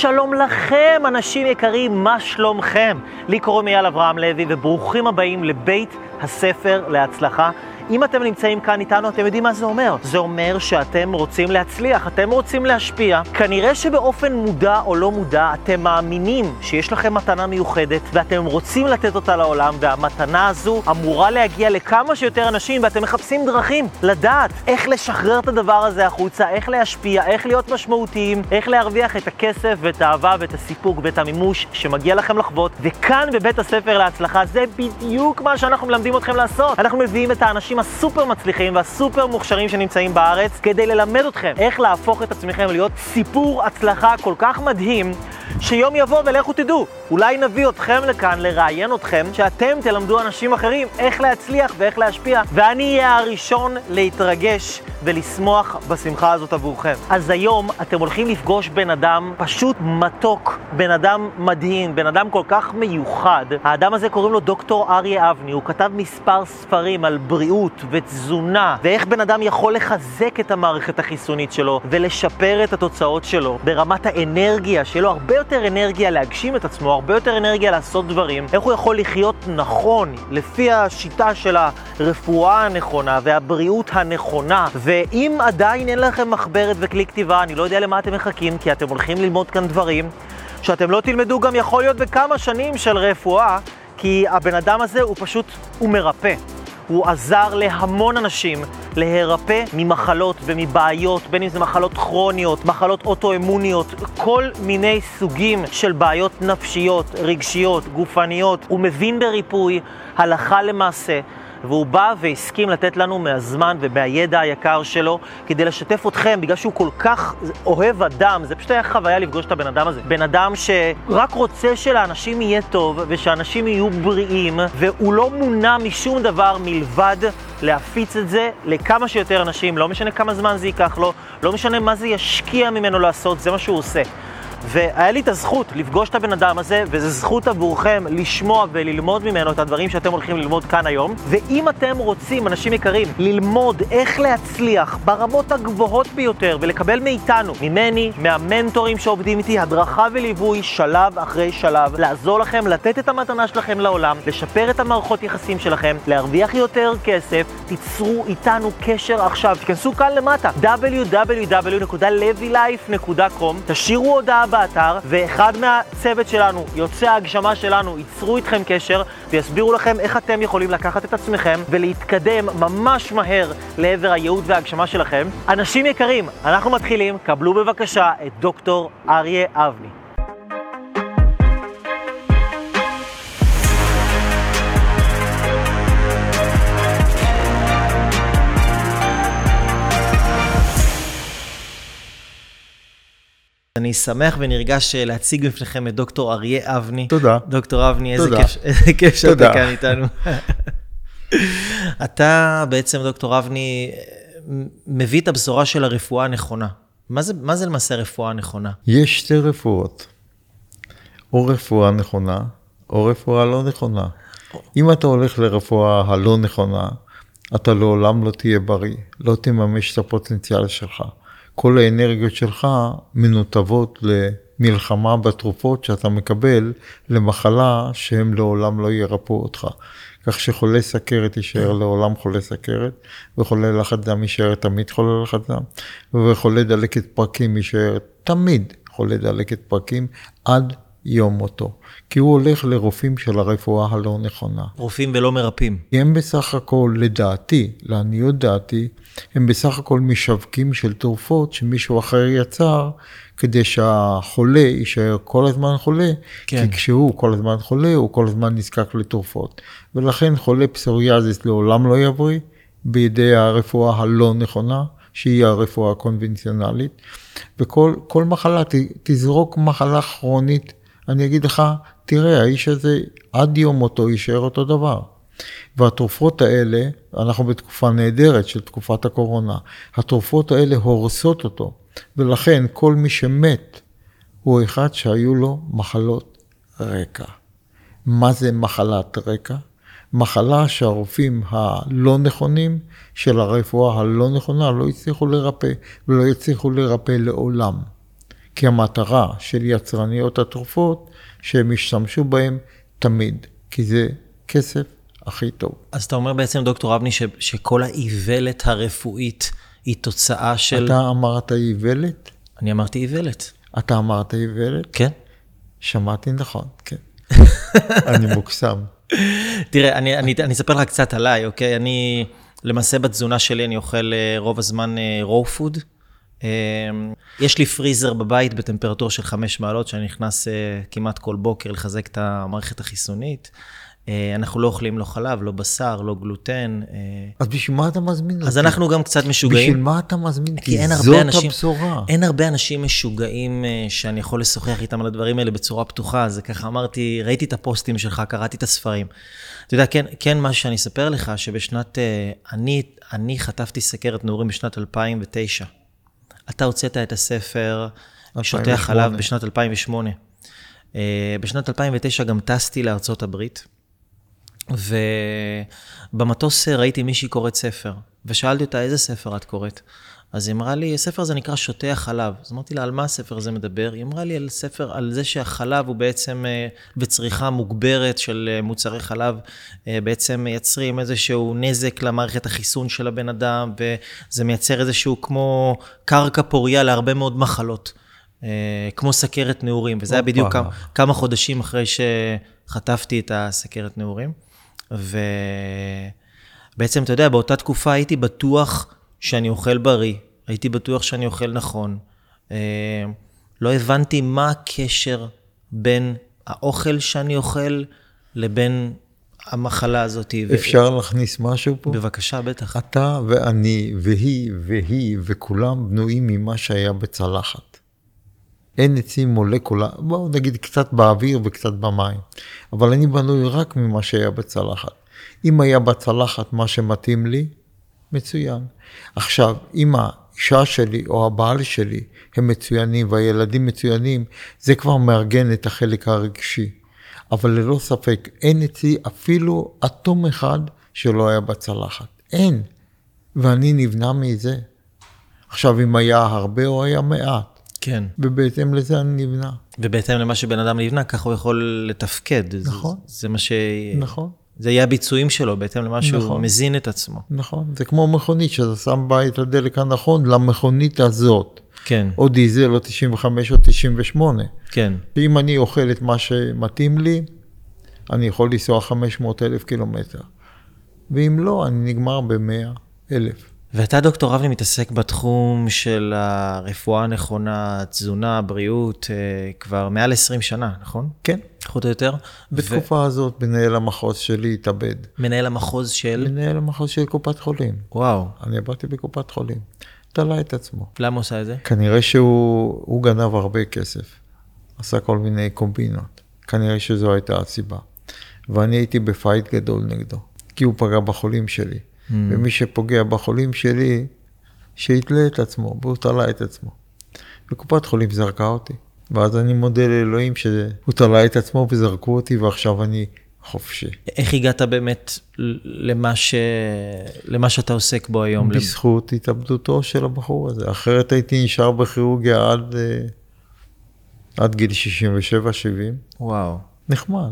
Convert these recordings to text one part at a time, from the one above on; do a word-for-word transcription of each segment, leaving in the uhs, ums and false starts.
שלום לכם, אנשים יקרים, מה שלומכם? לי קוראים אייל אברהם לוי, וברוכים הבאים לבית הספר להצלחה. אם אתם נמצאים כאן איתנו, אתם יודעים מה זה אומר. זה אומר שאתם רוצים להצליח, אתם רוצים להשפיע. כנראה שבאופן מודע או לא מודע, אתם מאמינים שיש לכם מתנה מיוחדת, ואתם רוצים לתת אותה לעולם, והמתנה הזו אמורה להגיע לכמה שיותר אנשים, ואתם מחפשים דרכים לדעת איך לשחרר את הדבר הזה החוצה, איך להשפיע, איך להיות משמעותיים, איך להרוויח את הכסף ואת האהבה ואת הסיפוק ואת המימוש שמגיע לכם לחוות. וכאן בבית הספר להצלחה, זה בדיוק מה שאנחנו מלמדים אתכם לעשות. אנחנו מביאים את האנשים הסופר מצליחים והסופר מוכשרים שנמצאים בארץ כדי ללמד אתכם איך להפוך את עצמכם להיות סיפור הצלחה כל כך מדהים שיום יבוא ולכו תדעו. אולי נביא אתכם לכאן לראיין אתכם שאתם תלמדו אנשים אחרים איך להצליח ואיך להשפיע, ואני אהיה הראשון להתרגש ולשמוח בשמחה הזאת עבורכם. אז היום אתם הולכים לפגוש בן אדם פשוט מתוק, בן אדם מדהים, בן אדם כל כך מיוחד. האדם הזה קוראים לו דוקטור אריה אבני. הוא כתב מספר ספרים על בריאות ותזונה ואיך בן אדם יכול לחזק את המערכת החיסונית שלו ולשפר את התוצאות שלו ברמת האנרגיה שלו, הרבה יותר אנרגיה להגשים את עצמו, הרבה יותר אנרגיה לעשות דברים, איך הוא יכול לחיות נכון לפי השיטה של הרפואה הנכונה והבריאות הנכונה. ואם עדיין אין לכם מחברת וכלי כתיבה, אני לא יודע למה אתם מחכים, כי אתם הולכים ללמוד כאן דברים שאתם לא תלמדו גם יכול להיות בכמה שנים של רפואה, כי הבן אדם הזה הוא פשוט, הוא מרפא. הוא עזר להמון אנשים להירפא ממחלות ומבעיות, בין אם זה מחלות כרוניות, מחלות אוטואימוניות, כל מיני סוגים של בעיות נפשיות, רגשיות, גופניות. הוא מבין בריפוי הלכה למעשה, והוא בא והסכים לתת לנו מהזמן ומהידע היקר שלו כדי לשתף אתכם, בגלל שהוא כל כך אוהב אדם. זה פשוט היה חוויה לפגוש את הבן אדם הזה. בן אדם שרק רוצה שלאנשים יהיה טוב ושאנשים יהיו בריאים, והוא לא מונע משום דבר מלבד להפיץ את זה לכמה שיותר אנשים. לא משנה כמה זמן זה ייקח לו, לא משנה מה זה ישקיע ממנו לעשות, זה מה שהוא עושה. והיה לי את הזכות לפגוש את הבן אדם הזה, וזו זכות עבורכם לשמוע וללמוד ממנו את הדברים שאתם הולכים ללמוד כאן היום. ואם אתם רוצים, אנשים יקרים, ללמוד איך להצליח ברמות הגבוהות ביותר ולקבל מאיתנו, ממני, מהמנטורים שעובדים איתי, הדרכה וליווי שלב אחרי שלב, לעזור לכם לתת את המתנה שלכם לעולם, לשפר את המערכות יחסים שלכם, להרוויח יותר כסף, תיצרו איתנו קשר עכשיו. תכנסו כאן למטה, דאבליו דאבליו דאבליו נקודה לוי לייף נקודה קום, תשאירו הודעה באתר, ואחד מהצוות שלנו, יוצא ההגשמה שלנו, ייצרו איתכם קשר ויסבירו לכם איך אתם יכולים לקחת את עצמכם ולהתקדם ממש מהר לעבר הייעוד וההגשמה שלכם. אנשים יקרים, אנחנו מתחילים. קבלו בבקשה את דוקטור אריה אבני. אני שמח ונרגש להציג בפניכם את דוקטור אריה אבני. תודה. דוקטור אבני, איזה כיף, איזה כיף שאתה כאן איתנו. אתה בעצם, דוקטור אבני, מביא את הבשורה של הרפואה הנכונה. מה זה, מה זה למעשה רפואה נכונה? יש שתי רפואות. או רפואה נכונה, או רפואה לא נכונה. אם אתה הולך לרפואה הלא נכונה, אתה לעולם לא תהיה בריא, לא תממש את הפוטנציאל שלך. כל האנרגיות שלך מנותבות למלחמה בתרופות שאתה מקבל למחלה שהם לעולם לא ירפאו אותך. כך שחולה סכרת יישאר לעולם חולה סכרת, וחולה לחץ דם יישאר תמיד חולה לחץ דם, וחולה דלקת פרקים יישאר תמיד חולה דלקת פרקים עד יום מותו. כי הוא הולך לרופאים של הרפואה הלא נכונה. רופאים ולא מרפאים. הם בסך הכל, לדעתי, לעניות דעתי, הם בסך הכל משווקים של תרופות שמישהו אחר יצר, כדי שהחולה יישאר כל הזמן חולה, כן. כי כשהוא כל הזמן חולה, הוא כל הזמן נזקק לתרופות. ולכן חולה פסוריאזיס לעולם לא יבריא, בידי הרפואה הלא נכונה, שהיא הרפואה הקונבנציונלית. וכל כל מחלה, ת, תזרוק מחלה כרונית, אני אגיד לך, תראה, האיש הזה עד יום מותו יישאר אותו דבר. והתרופות האלה, אנחנו בתקופה נהדרת של תקופת הקורונה, התרופות האלה הורסות אותו, ולכן כל מי שמת הוא אחד שהיו לו מחלות רקע. מה זה מחלת רקע? מחלה שהרופאים הלא נכונים של הרפואה הלא נכונה לא הצליחו לרפא, ולא הצליחו לרפא לעולם. כי המטרה של יצרניות התרופות, שהם ישתמשו בהם תמיד, כי זה כסף הכי טוב. אז אתה אומר בעצם, דוקטור אבני, ש, שכל האיוולת הרפואית היא תוצאה של... אתה אמרת איוולת? אני אמרתי איוולת. אתה אמרת איוולת? כן. שמעתי נכון, כן. אני מוקסם. תראה, אני, אני, אני אספר לך קצת עליי, אוקיי? אני, למעשה בתזונה שלי, אני אוכל רוב הזמן רואו פוד. יש לי פריזר בבית בטמפרטורה של חמש מעלות, שאני נכנס כמעט כל בוקר לחזק את המערכת החיסונית. אנחנו לא אוכלים לא חלב, לא בשר, לא גלוטן. אז בשביל מה אתה מזמין אותי? אז אנחנו גם קצת משוגעים. בשביל מה אתה מזמין? כי אין הרבה אנשים, אין הרבה אנשים משוגעים שאני יכול לשוחח איתם על הדברים האלה בצורה פתוחה. זה ככה אמרתי, ראיתי את הפוסטים שלך, קראתי את הספרים. אתה יודע, כן, כן מה שאני אספר לך, שבשנת, אני, אני חטפתי סכרת נעורים בשנת אלפיים ותשע. אתה הוצאת את הספר שותה חלב בשנת אלפיים ושמונה. בשנת אלפיים ותשע גם טסתי לארצות הברית. ובמטוס ראיתי מישהי קוראת ספר, ושאלתי אותה איזה ספר את קוראת. אז היא אמרה לי, הספר הזה נקרא שותה החלב. אז אמרתי לה, על מה הספר הזה מדבר? היא אמרה לי על ספר, על זה שהחלב הוא בעצם בצריכה מוגברת של מוצרי חלב, בעצם מייצרים איזשהו נזק למערכת החיסון של הבן אדם, וזה מייצר איזשהו כמו קרקע פוריה להרבה מאוד מחלות, כמו סכרת נעורים, וזה היה בדיוק כמה, כמה חודשים אחרי שחטפתי את הסכרת נעורים. ובעצם, אתה יודע, באותה תקופה הייתי בטוח שאני אוכל בריא, הייתי בטוח שאני אוכל נכון. לא הבנתי מה הקשר בין האוכל שאני אוכל לבין המחלה הזאת. אפשר להכניס משהו פה? בבקשה, בטח. אתה ואני והיא והיא וכולם בנויים ממה שהיה בצלחת. אין אצלי מולקולה, בואו נגיד קצת באוויר וקצת במים, אבל אני בנוי רק ממה שהיה בצלחת. אם היה בצלחת מה שמתאים לי, מצוין. עכשיו, אם האישה שלי או הבעל שלי הם מצוינים והילדים מצוינים, זה כבר מארגן את החלק הרגשי. אבל ללא ספק, אין אצלי אפילו אטום אחד שלא היה בצלחת. אין. ואני נבנה מזה. עכשיו, אם היה הרבה או היה מעט, כן. ובהתאם לזה אני נבנה. ובהתאם למה שבן אדם נבנה, ככה הוא יכול לתפקד. נכון. זה, זה מה ש... נכון. זה יהיה הביצועים שלו, בהתאם למה שהוא נכון. מזין את עצמו. נכון. זה כמו מכונית, שאתה שם בית הדלק הנכון למכונית הזאת. כן. או דיזל, או תשעים וחמש, או תשעים ושמונה. כן. ואם אני אוכל את מה שמתאים לי, אני יכול לנסוע חמש מאות אלף קילומטר. ואם לא, אני נגמר ב-מאה אלף. ואתה, דוקטור אבני, מתעסק בתחום של הרפואה הנכונה, תזונה, בריאות, כבר מעל עשרים שנה, נכון? כן. פחות או יותר. בתקופה ו... הזאת, מנהל המחוז שלי התאבד. מנהל המחוז של? מנהל המחוז של קופת חולים. וואו. אני עבדתי בקופת חולים. תלה את עצמו. למה עושה את זה? כנראה שהוא גנב הרבה כסף. עשה כל מיני קומבינות. כנראה שזו הייתה הסיבה. ואני הייתי בפייט גדול נגדו. כי הוא פגע בחולים שלי. Mm. ומי שפוגע בחולים שלי, שיתלה את עצמו, והוא תלה את עצמו. וקופת חולים זרקה אותי. ואז אני מודה לאלוהים שהוא תלה את עצמו וזרקו אותי, ועכשיו אני חופשי. איך הגעת באמת למה, ש... למה שאתה עוסק בו היום? בזכות התאבדותו של הבחור הזה. אחרת הייתי נשאר בכירורגיה עד, עד גיל שישים ושבע שבעים. וואו. נחמד.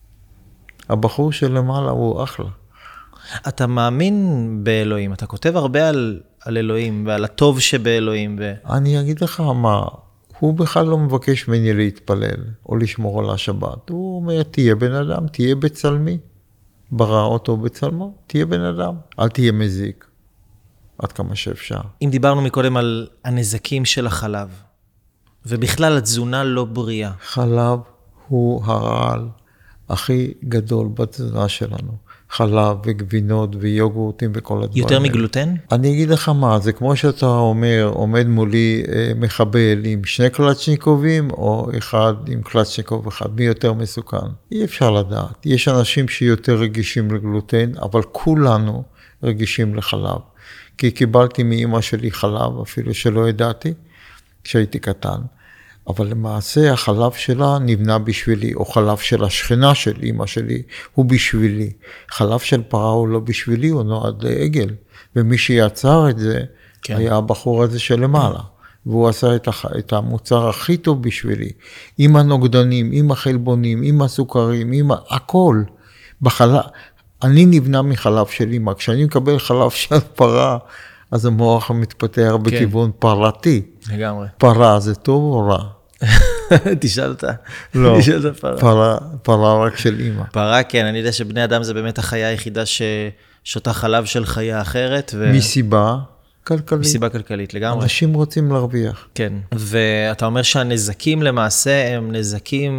הבחור שלמעלה הוא אחלה. אתה מאמין באלוהים, אתה כותב הרבה על, על אלוהים ועל הטוב שבאלוהים. ו... אני אגיד לך מה, הוא בכלל לא מבקש ממני להתפלל או לשמור על השבת. הוא אומר, תהיה בן אדם, תהיה בצלמי. ברא אותו בצלמו, תהיה בן אדם. אל תהיה מזיק, עד כמה שאפשר. אם דיברנו מקודם על הנזקים של החלב, ובכלל התזונה לא בריאה. חלב הוא הרעל הכי גדול בתזונה שלנו. חלב וגבינות ויוגורטים וכל הדברים. יותר מגלוטן? אני אגיד לך מה, זה כמו שאתה אומר, עומד מולי אה, מחבל עם שני קלצ'ניקובים, או אחד עם קלצ'ניקוב אחד, מי יותר מסוכן. אי אפשר לדעת. יש אנשים שיותר רגישים לגלוטן, אבל כולנו רגישים לחלב. כי קיבלתי מאמא שלי חלב, אפילו שלא ידעתי, כשהייתי קטן. אבל למעשה החלב שלה נבנה בשבילי, או חלב של השכנה של אמא שלי, הוא בשבילי. חלב של פרה הוא לא בשבילי, הוא נועד לעגל. ומי שיצר את זה, כן. היה הבחור הזה שלמעלה. והוא עשה את, הח... את המוצר הכי טוב בשבילי, עם הנוגדנים, עם החלבונים, עם הסוכרים, עם הכל. בחלב, אני נבנה מחלב של אמא, כשאני מקבל חלב של פרה, אז המוח מתפתח כן. בכיוון פרתי. לגמרי. פרה זה טוב או רע? תשאל אותה. לא, תשאל אותה פרה. פרה, פרה רק של אמא. פרה, כן, אני יודע שבני אדם זה באמת החיה היחידה ששותה חלב של חיה אחרת. ו... מסיבה כלכלית. מסיבה כלכלית, לגמרי. אנשים רוצים להרוויח. כן, ואתה אומר שהנזקים למעשה הם נזקים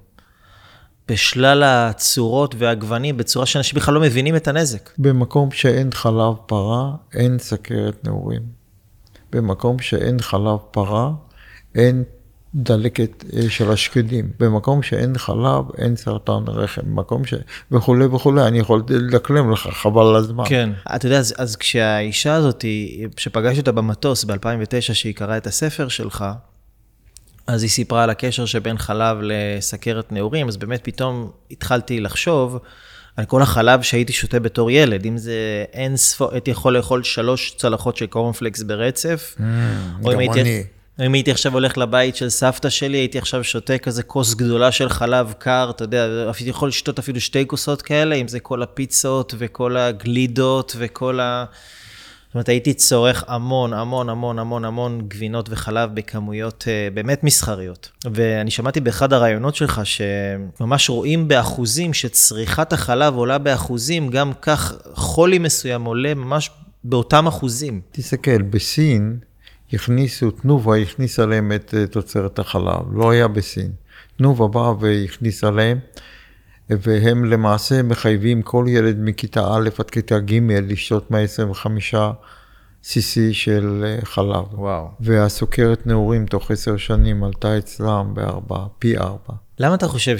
בשלל הצורות והגוונים, בצורה שאנשים בכלל לא מבינים את הנזק. במקום שאין חלב פרה, אין סכרת נעורים. במקום שאין חלב פרה, אין דלקת של השקדים. במקום שאין חלב, אין סרטן רחם. במקום ש... וכולי וכולי, אני יכול לדקלם לך, חבל על הזמן. כן. אתה יודע, אז, אז כשהאישה הזאת, שפגשתי אותה במטוס ב-אלפיים ותשע, שהיא קראה את הספר שלך, אז היא סיפרה על הקשר שבין חלב לסכרת נעורים, אז באמת פתאום התחלתי לחשוב על כל החלב שהייתי שותה בתור ילד, אם זה אין ספור, הייתי יכול לאכול שלוש צלחות של קורנפלקס ברצף, Mm, או אם גם הייתי, אני. אם הייתי עכשיו הולך לבית של סבתא שלי, הייתי עכשיו שותה כזה כוס גדולה של חלב קר, אתה יודע, הייתי יכול לשתות אפילו שתי כוסות כאלה, אם זה כל הפיצות וכל הגלידות וכל ה... זאת אומרת, הייתי צורך המון, המון, המון, המון, המון גבינות וחלב בכמויות באמת מסחריות. ואני שמעתי באחד הרעיונות שלך, שממש רואים באחוזים, שצריכת החלב עולה באחוזים, גם כך חולי מסוים עולה ממש באותם אחוזים. תסתכל, בסין הכניסו, תנובה הכניסה להם את תוצרת החלב, לא היה בסין. תנובה באה והכניסה להם, והם למעשה מחייבים כל ילד מכיתה א' עד כיתה ג' לשתות מאה עשרים וחמישה סי סי של חלב. וואו. והסוכרת נעורים תוך עשר שנים עלתה אצלם בארבע, פי ארבע. למה אתה חושב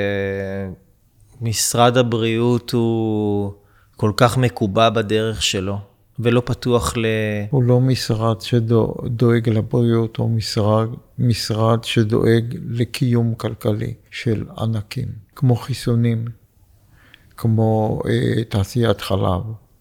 שמשרד הבריאות הוא כל כך מקובע בדרך שלו, ולא פתוח ל... הוא לא משרד שדואג לבריאות, הוא משרד, משרד שדואג לקיום כלכלי של ענקים, כמו חיסונים, כמו אה, תעשיית חלב.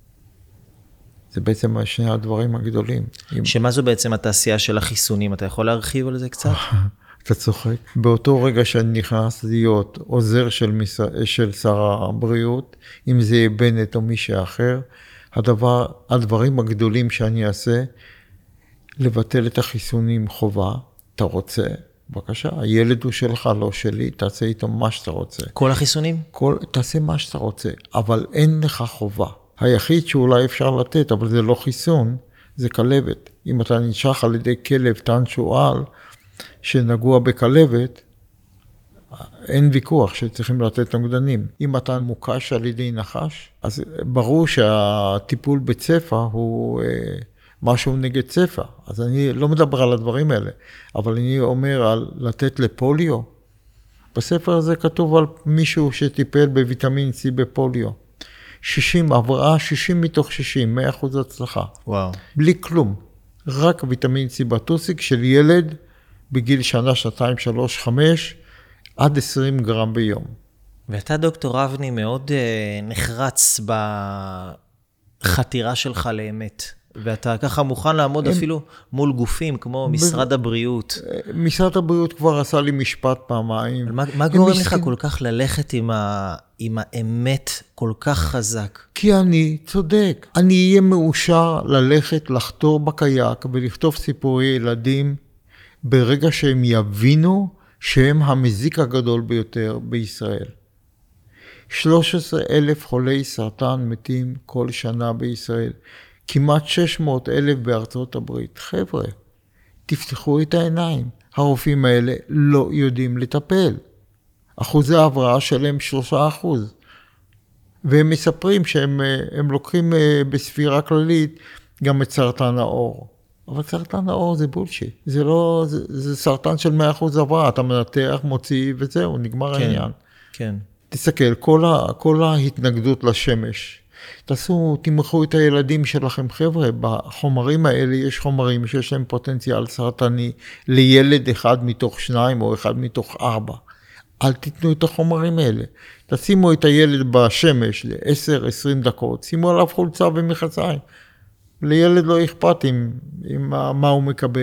זה בעצם שני הדברים הגדולים. שמה זו בעצם התעשייה של החיסונים? אתה יכול להרחיב על זה קצת? אתה צוחק. באותו רגע שאני נכנס להיות עוזר של, משר, של שר הבריאות, אם זה יהיה בנט או מישהו אחר, הדבר, הדברים הגדולים שאני אעשה, לבטל את החיסונים חובה, אתה רוצה, בבקשה, הילד הוא שלך, לא שלי, תעשה איתו מה שאתה רוצה. כל החיסונים? כל, תעשה מה שאתה רוצה, אבל אין לך חובה. היחיד שאולי אפשר לתת, אבל זה לא חיסון, זה כלבת. אם אתה נשך על ידי כלב תן שועל, שנגוע בכלבת, אין ויכוח שצריכים לתת נוגדנים. אם אתה מוקש על ידי נחש, אז ברור שהטיפול בצפע הוא אה, משהו נגד צפע. אז אני לא מדבר על הדברים האלה, אבל אני אומר על לתת לפוליו. בספר הזה כתוב על מישהו שטיפל בוויטמין C בפוליו. שישים, עברה שישים מתוך שישים, מאה אחוז הצלחה. וואו. בלי כלום. רק ויטמין C בטוסיק של ילד בגיל שנה, שנתיים, שלוש, חמש, עד עשרים גרם ביום. ואתה דוקטור אבני מאוד uh, נחרץ בחתירה שלך לאמת. ואתה ככה מוכן לעמוד הם... אפילו מול גופים כמו משרד ב... הבריאות. משרד הבריאות כבר עשה לי משפט פעמיים. מה, מה גורם לך מסכים... כל כך ללכת עם, ה... עם האמת כל כך חזק? כי אני צודק. אני אהיה מאושר ללכת לחתור בקייק ולכתוב סיפורי ילדים ברגע שהם יבינו שהם המזיק הגדול ביותר בישראל. שלושה עשר אלף חולי סרטן מתים כל שנה בישראל. כמעט שש מאות אלף בארצות הברית. חבר'ה, תפתחו את העיניים. הרופאים האלה לא יודעים לטפל. אחוזי ההבראה שלהם שלושה אחוז. והם מספרים שהם הם לוקחים בספירה כללית גם את סרטן העור. אבל סרטן העור זה בולשיט. זה לא, זה, זה סרטן של מאה אחוז הבראה. אתה מנתח, מוציא וזהו, נגמר כן, העניין. כן. תסתכל, כל, ה, כל ההתנגדות לשמש. תעשו, תמכו את הילדים שלכם, חבר'ה, בחומרים האלה יש חומרים שיש להם פוטנציאל סרטני לילד אחד מתוך שניים או אחד מתוך ארבע. אל תיתנו את החומרים האלה. תשימו את הילד בשמש ל-עשר עשרים דקות, שימו עליו חולצה ומכנסיים. לילד לא אכפת עם, עם מה הוא מקבל.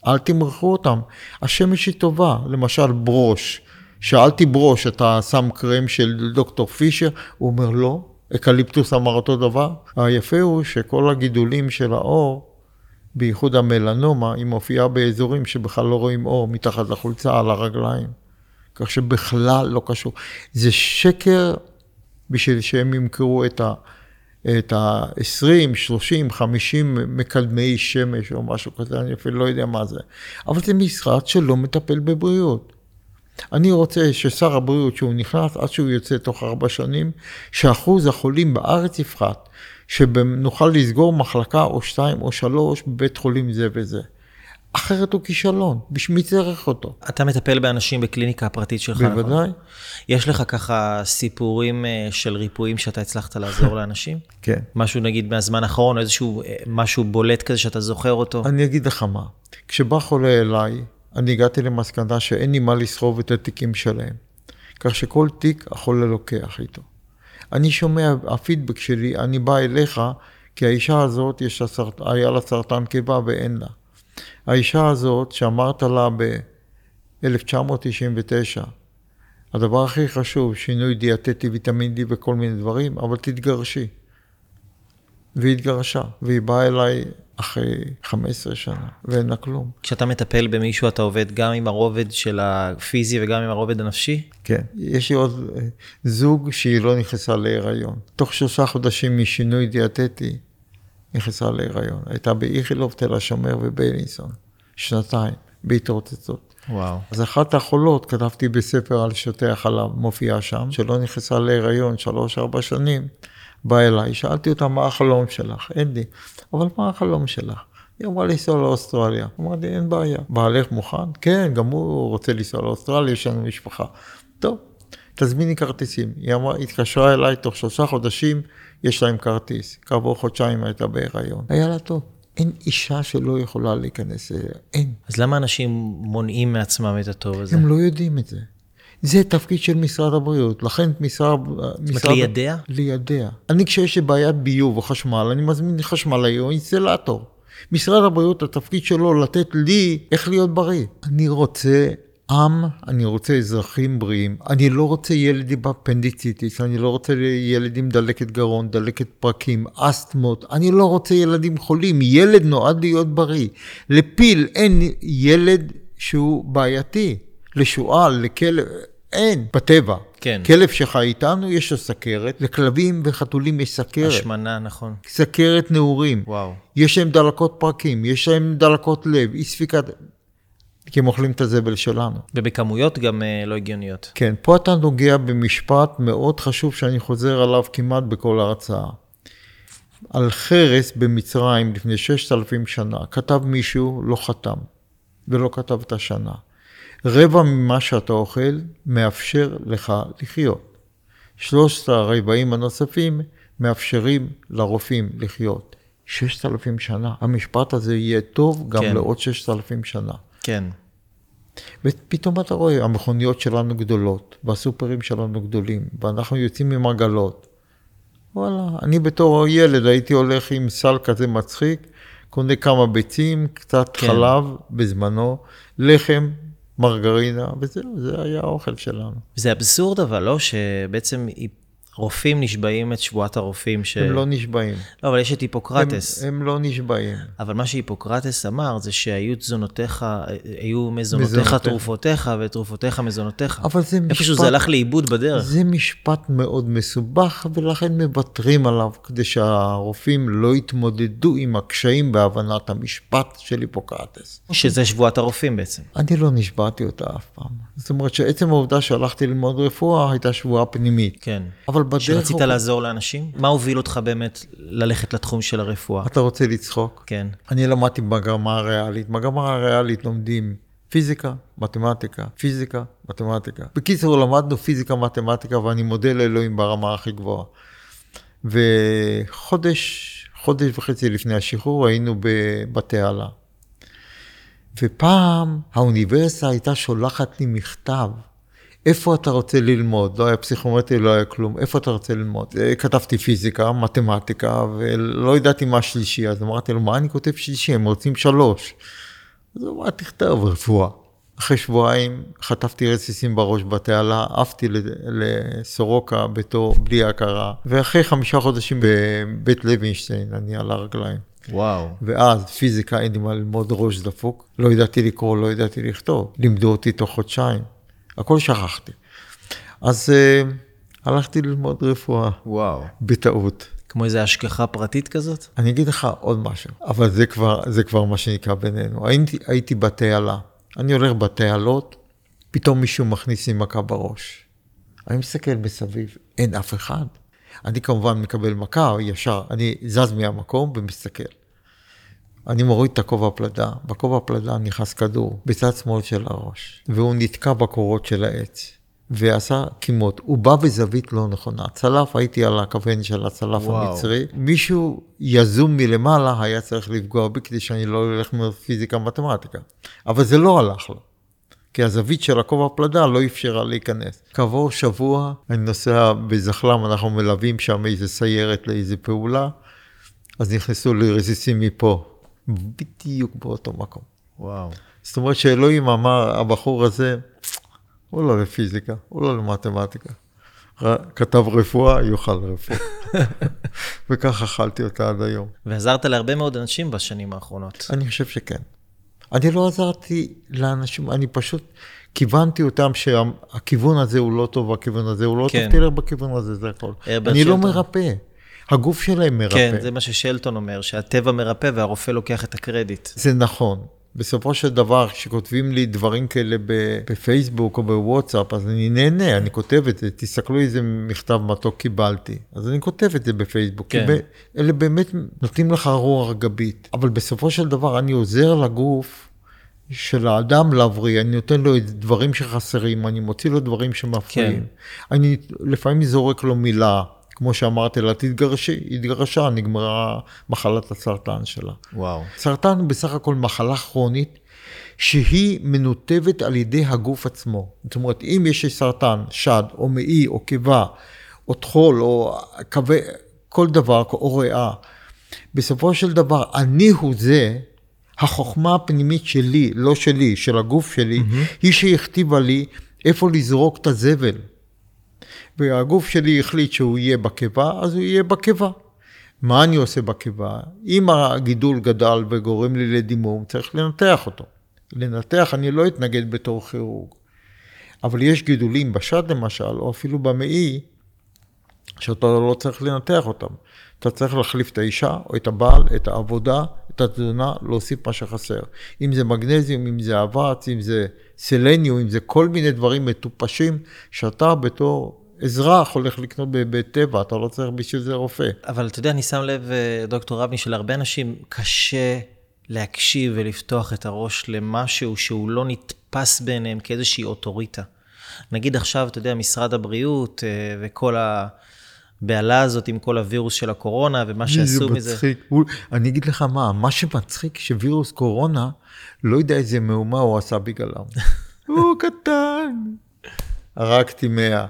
אל תמרחו אותם. השמש היא טובה, למשל ברוש. שאלתי ברוש, אתה שם קרם של דוקטור פישר? הוא אומר לא, אקליפטוס אמר אותו דבר. היפה הוא שכל הגידולים של האור, בייחוד המלנומה, היא מופיעה באזורים שבכלל לא רואים אור מתחת לחולצה על הרגליים. כך שבכלל לא קשור. זה שקר בשביל שהם ימכרו את ה... את ה-עשרים, שלושים, חמישים מקדמי שמש או משהו כזה, אני אפילו לא יודע מה זה. אבל זה משרד שלא מטפל בבריאות. אני רוצה ששר הבריאות שהוא נכנס עד שהוא יוצא תוך ארבע שנים, שאחוז החולים בארץ יפחת, שנוכל לסגור מחלקה או שתיים או שלוש בבית חולים זה וזה. אחרת הוא כישלון, בשמי צריך אותו. אתה מטפל באנשים בקליניקה הפרטית שלך, נכון? בוודאי. יש לך ככה סיפורים של ריפויים שאתה הצלחת לעזור לאנשים? כן. משהו נגיד מהזמן האחרון, איזשהו משהו בולט כזה שאתה זוכר אותו? אני אגיד לך מה, כשבא חולה אליי, אני הגעתי למסקנה שאין לי מה לסחוב את התיקים שלהם. כך שכל תיק החולה לוקח איתו. אני שומע, הפידבק שלי, אני בא אליך, כי האישה הזאת יש לה סרט, היה לה סרטן קיבה ואין לה. האישה הזאת שאמרת לה ב-אלף תשע מאות תשעים ותשע, הדבר הכי חשוב, שינוי דיאטטי, ויטמין D וכל מיני דברים, אבל תתגרשי. והיא התגרשה, והיא באה אליי אחרי חמש עשרה שנה, ואין לה כלום. כשאתה מטפל במישהו, אתה עובד גם עם הרובד של הפיזי וגם עם הרובד הנפשי? כן. יש לי עוד זוג שהיא לא נכנסה להיריון. תוך שלושה חודשים משינוי דיאטטי, נכנסה להיריון. הייתה באיכילוב, תל השומר וביילינסון. שנתיים, בהתרוצצות. וואו. אז אחת החולות, כתבתי בספר על שותי החלב, מופיעה שם, שלא נכנסה להיריון שלוש, ארבע שנים, בא אליי, שאלתי אותה מה החלום שלך, אין לי, אבל מה החלום שלך? היא אמרה לנסוע לאוסטרליה, אמרתי אין בעיה, בעלך מוכן? כן, גם הוא רוצה לנסוע לאוסטרליה, יש לנו משפחה. טוב, תזמיני כרטיסים. היא אמרה, התקשרה אליי תוך שלושה חודשים, יש להם כרטיס. כעבור חודשיים הייתה בהיריון. היה לה טוב. אין אישה שלא יכולה להיכנס אליה, אין. אז למה אנשים מונעים מעצמם את הטוב הזה? הם לא יודעים את זה. זה תפקיד של משרד הבריאות, לכן משרד... זאת לידע? לידע. אני כשיש בעיית ביוב או חשמל, אני מזמין חשמלאי או אינסטלטור. משרד הבריאות, התפקיד שלו לתת לי איך להיות בריא. אני רוצה עם, אני רוצה אזרחים בריאים, אני לא רוצה ילד עם אפנדיציטיס, אני לא רוצה ילד עם דלקת גרון, דלקת פרקים, אסתמות, אני לא רוצה ילדים חולים, ילד נועד להיות בריא. לפיל אין ילד שהוא בעייתי, לשועל, לכלב, אין, בטבע. כן. כלב שחי איתנו יש לו סכרת, לכלבים וחתולים יש סכרת. השמנה, נכון. סכרת נעורים. וואו. יש להם דלקות פרקים, יש להם דלקות לב, אי ספיקת... כי הם אוכלים את הזבל שלנו. ובכמויות גם אה, לא הגיוניות. כן, פה אתה נוגע במשפט מאוד חשוב שאני חוזר עליו כמעט בכל הרצאה. על חרס במצרים לפני ששת אלפים שנה, כתב מישהו, לא חתם, ולא כתב את השנה. רבע ממה שאתה אוכל מאפשר לך לחיות. שלושת הרבעים הנוספים מאפשרים לרופאים לחיות. ששת אלפים שנה. המשפט הזה יהיה טוב גם כן. לעוד ששת אלפים שנה. כן. ופתאום אתה רואה, המכוניות שלנו גדולות, והסופרים שלנו גדולים, ואנחנו יוצאים עם עגלות. וואלה, אני בתור ילד הייתי הולך עם סל כזה מצחיק, קונה כמה ביצים, קצת כן. חלב בזמנו, לחם, מרגרינה, וזהו, זה היה האוכל שלנו. זה אבסורד אבל לא, שבעצם רופאים נשבעים את שבועת הרופאים ש... הם לא נשבעים. לא, אבל יש את היפוקרטס. הם, הם לא נשבעים. אבל מה שהיפוקרטס אמר זה שהיו תזונותיך, היו מזונותיך תרופותיך ותרופותיך מזונותיך. אבל זה משפט... איפשהו זה הלך לאיבוד בדרך. זה משפט מאוד מסובך ולכן מוותרים עליו כדי שהרופאים לא יתמודדו עם הקשיים בהבנת המשפט של היפוקרטס. שזה שבועת הרופאים בעצם. אני לא נשבעתי אותה אף פעם. זאת אומרת שעצם העובדה שהלכתי ללמוד רפואה הייתה שבועה פנימית. כן. אבל בדרך... שרצית הוא... לעזור לאנשים? מה הוביל אותך באמת ללכת לתחום של הרפואה? אתה רוצה לצחוק? כן. אני למדתי מגמה הריאלית. מגמה הריאלית לומדים פיזיקה, מתמטיקה, פיזיקה, מתמטיקה. בקיצור, למדנו פיזיקה, מתמטיקה, ואני מודה לאלוהים ברמה הכי גבוהה. וחודש, חודש וחצי לפני השחרור, היינו בבתי עלה. ופעם האוניברסיטה הייתה שולחת לי מכתב, איפה אתה רוצה ללמוד? לא היה פסיכומטרי, לא היה כלום. איפה אתה רוצה ללמוד? כתבתי פיזיקה, מתמטיקה, ולא ידעתי מה שלישי. אז אמרתי לו, מה אני כותב שלישי? הם רוצים שלוש. אז הוא אמר, תכתב רפואה. אחרי שבועיים חטפתי רסיסים בראש בתעלה, עפתי לסורוקה בתור בלי הכרה, ואחרי חמישה חודשים בבית לוינשטיין, אני על הרגליים. וואו. ואז פיזיקה אין לי מה ללמוד ראש דפוק, לא ידעתי לקרוא, לא ידעתי לכתוב, לימדו אותי תוך חודשיים, הכל שכחתי. אז uh, הלכתי ללמוד רפואה. וואו. בטעות. כמו איזו השגחה פרטית כזאת? אני אגיד לך עוד משהו, אבל זה כבר, זה כבר מה שנקרא בינינו. הייתי, הייתי בתעלה, אני הולך בתעלות, פתאום מישהו מכניס לי מכה בראש. אני מסתכל מסביב, אין אף אחד. אני כמובן מקבל מכה, ישר, אני זז מהמקום ומסתכל. אני מוריד את הכובע הפלדה, בכובע הפלדה נכנס כדור, בצד שמאל של הראש, והוא נתקע בקורות של העץ, ועשה כימות. הוא בא בזווית לא נכונה. צלף, הייתי על הכוון של הצלף וואו. המצרי. מישהו יזום מלמעלה היה צריך לפגוע בי, כדי שאני לא הולך מפיזיקה מתמטיקה. אבל זה לא הלך לו. כי הזווית של הכובע הפלדה לא אפשרה להיכנס. כעבור שבוע, אני נוסע בזחלם, אנחנו מלווים שם איזה סיירת לאיזה פעולה, אז נכנסו לי רסיסים מפה, בדיוק באותו מקום. וואו. זאת אומרת שאלוהים אמר, הבחור הזה, הוא לא לפיזיקה, הוא לא למתמטיקה. כתב רפואה, יוכל רפואה. וכך אכלתי אותה עד היום. ועזרת להרבה מאוד אנשים בשנים האחרונות. אני חושב שכן. אני לא עזרתי לאנשים, אני פשוט כיוונתי אותם שהכיוון הזה הוא לא טוב, הכיוון הזה הוא לא טוב, תלך בכיוון הזה, זה הכל. אני לא מרפא. הגוף שלהם מרפא. כן, זה מה ששלטון אומר, שהטבע מרפא והרופא לוקח את הקרדיט. זה נכון. בסופו של דבר, כשכותבים לי דברים כאלה בפייסבוק או בוואטסאפ, אז אני נהנה, אני כותב את זה, תסתכלו איזה מכתב מתוק קיבלתי. אז אני כותב את זה בפייסבוק, כן. כי אלה באמת נותנים לך רוח גבית. אבל בסופו של דבר, אני עוזר לגוף של האדם להבריא, אני נותן לו דברים שחסרים, אני מוציא לו דברים שמפריעים. כן. אני לפעמים זורק לו מילה, כמו שאמרתי לה, תתגרשי, התגרשה, נגמרה מחלת הסרטן שלה. וואו. סרטן הוא בסך הכל מחלה כרונית, שהיא מנותבת על ידי הגוף עצמו. זאת אומרת, אם יש סרטן, שד, או מעי, או קיבה, או תחול, או קווה, כל דבר, או ריאה, בסופו של דבר, אני הוא זה, החוכמה הפנימית שלי, לא שלי, של הגוף שלי, mm-hmm. היא שהכתיבה לי איפה לזרוק את הזבל. והגוף שלי החליט שהוא יהיה בקיבה, אז הוא יהיה בקיבה. מה אני עושה בקיבה? אם הגידול גדל וגורם לי לדימום, צריך לנתח אותו. לנתח אני לא אתנגד בתור כירורג. אבל יש גידולים בשד למשל, או אפילו במעי, שאתה לא צריך לנתח אותם. אתה צריך להחליף את האישה, או את הבעל, את העבודה, את התזונה, להוסיף מה שחסר. אם זה מגנזיום, אם זה אבץ, אם זה סלניום, אם זה כל מיני דברים מטופשים, שאתה בתור אזרח הולך לקנות בטבע, אתה לא צריך בשביל זה רופא. אבל אתה יודע, אני שם לב, דוקטור רבני, שלהרבה אנשים קשה להקשיב ולפתוח את הראש למשהו שהוא לא נתפס ביניהם כאיזושהי אוטוריטה. נגיד עכשיו, אתה יודע, משרד הבריאות וכל הבעלה הזאת עם כל הווירוס של הקורונה ומה שעשו מזה. זה מצחיק. אני אגיד לך מה, מה שמצחיק שווירוס קורונה, לא יודע איזה מאומה הוא עשה בגללם. הוא קטן. הרגתי מאה.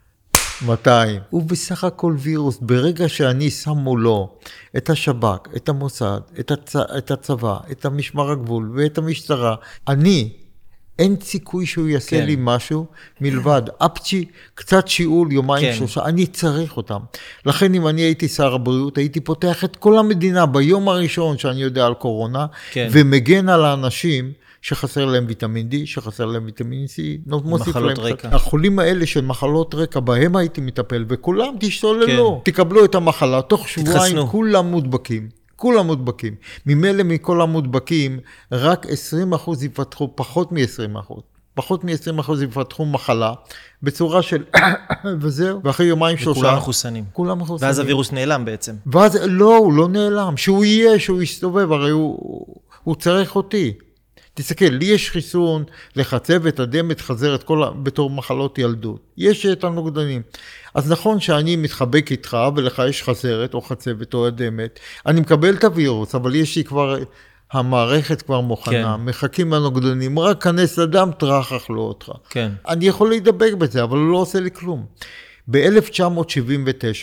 מאתיים. הוא בסך הכל וירוס. ברגע שאני שם מולו את השב"כ, את המוסד, את, הצ... את הצבא, את המשמר הגבול ואת המשטרה, אני, אין סיכוי שהוא יעשה כן. לי משהו מלבד אפצ'י, קצת שיעול, יומיים, כן. שלושה, אני צריך אותם. לכן אם אני הייתי שר הבריאות, הייתי פותח את כל המדינה ביום הראשון שאני יודע על קורונה, כן. ומגן על האנשים שחסר להם ויטמין D, שחסר להם ויטמין C, מוסיף להם רקע. החולים האלה של מחלות רקע, בהם הייתי מטפל, וכולם תשתוללו. כן. תקבלו את המחלה, תוך שבועיים תתחסנו. כולם מודבקים. כולם מודבקים. ממילא מכל המודבקים, רק עשרים אחוז יפתחו, פחות מ-עשרים אחוז. פחות מ-עשרים אחוז יפתחו מחלה, בצורה של וזהו, ואחרי יומיים שלושה. וכולם מחוסנים. כולם מחוסנים. ואז הווירוס נעלם בעצם. ואז, לא, הוא לא נעלם. שהוא יהיה, שהוא יסתובב, הרי הוא, הוא צריך אותי. תסתכל, לי יש חיסון לחצבת, אדמת, חזרת, כל, בתור מחלות ילדות. יש את הנוגדנים. אז נכון שאני מתחבק איתך, ולך יש חזרת, או חצבת, או אדמת. אני מקבל את הווירוס, אבל יש לי כבר, המערכת כבר מוכנה, כן. מחכים לנוגדנים, רק כנס לדם, טרח אכלו אותך. כן. אני יכול להידבק בזה, אבל הוא לא עושה לי כלום. ב-אלף תשע מאות שבעים ותשע,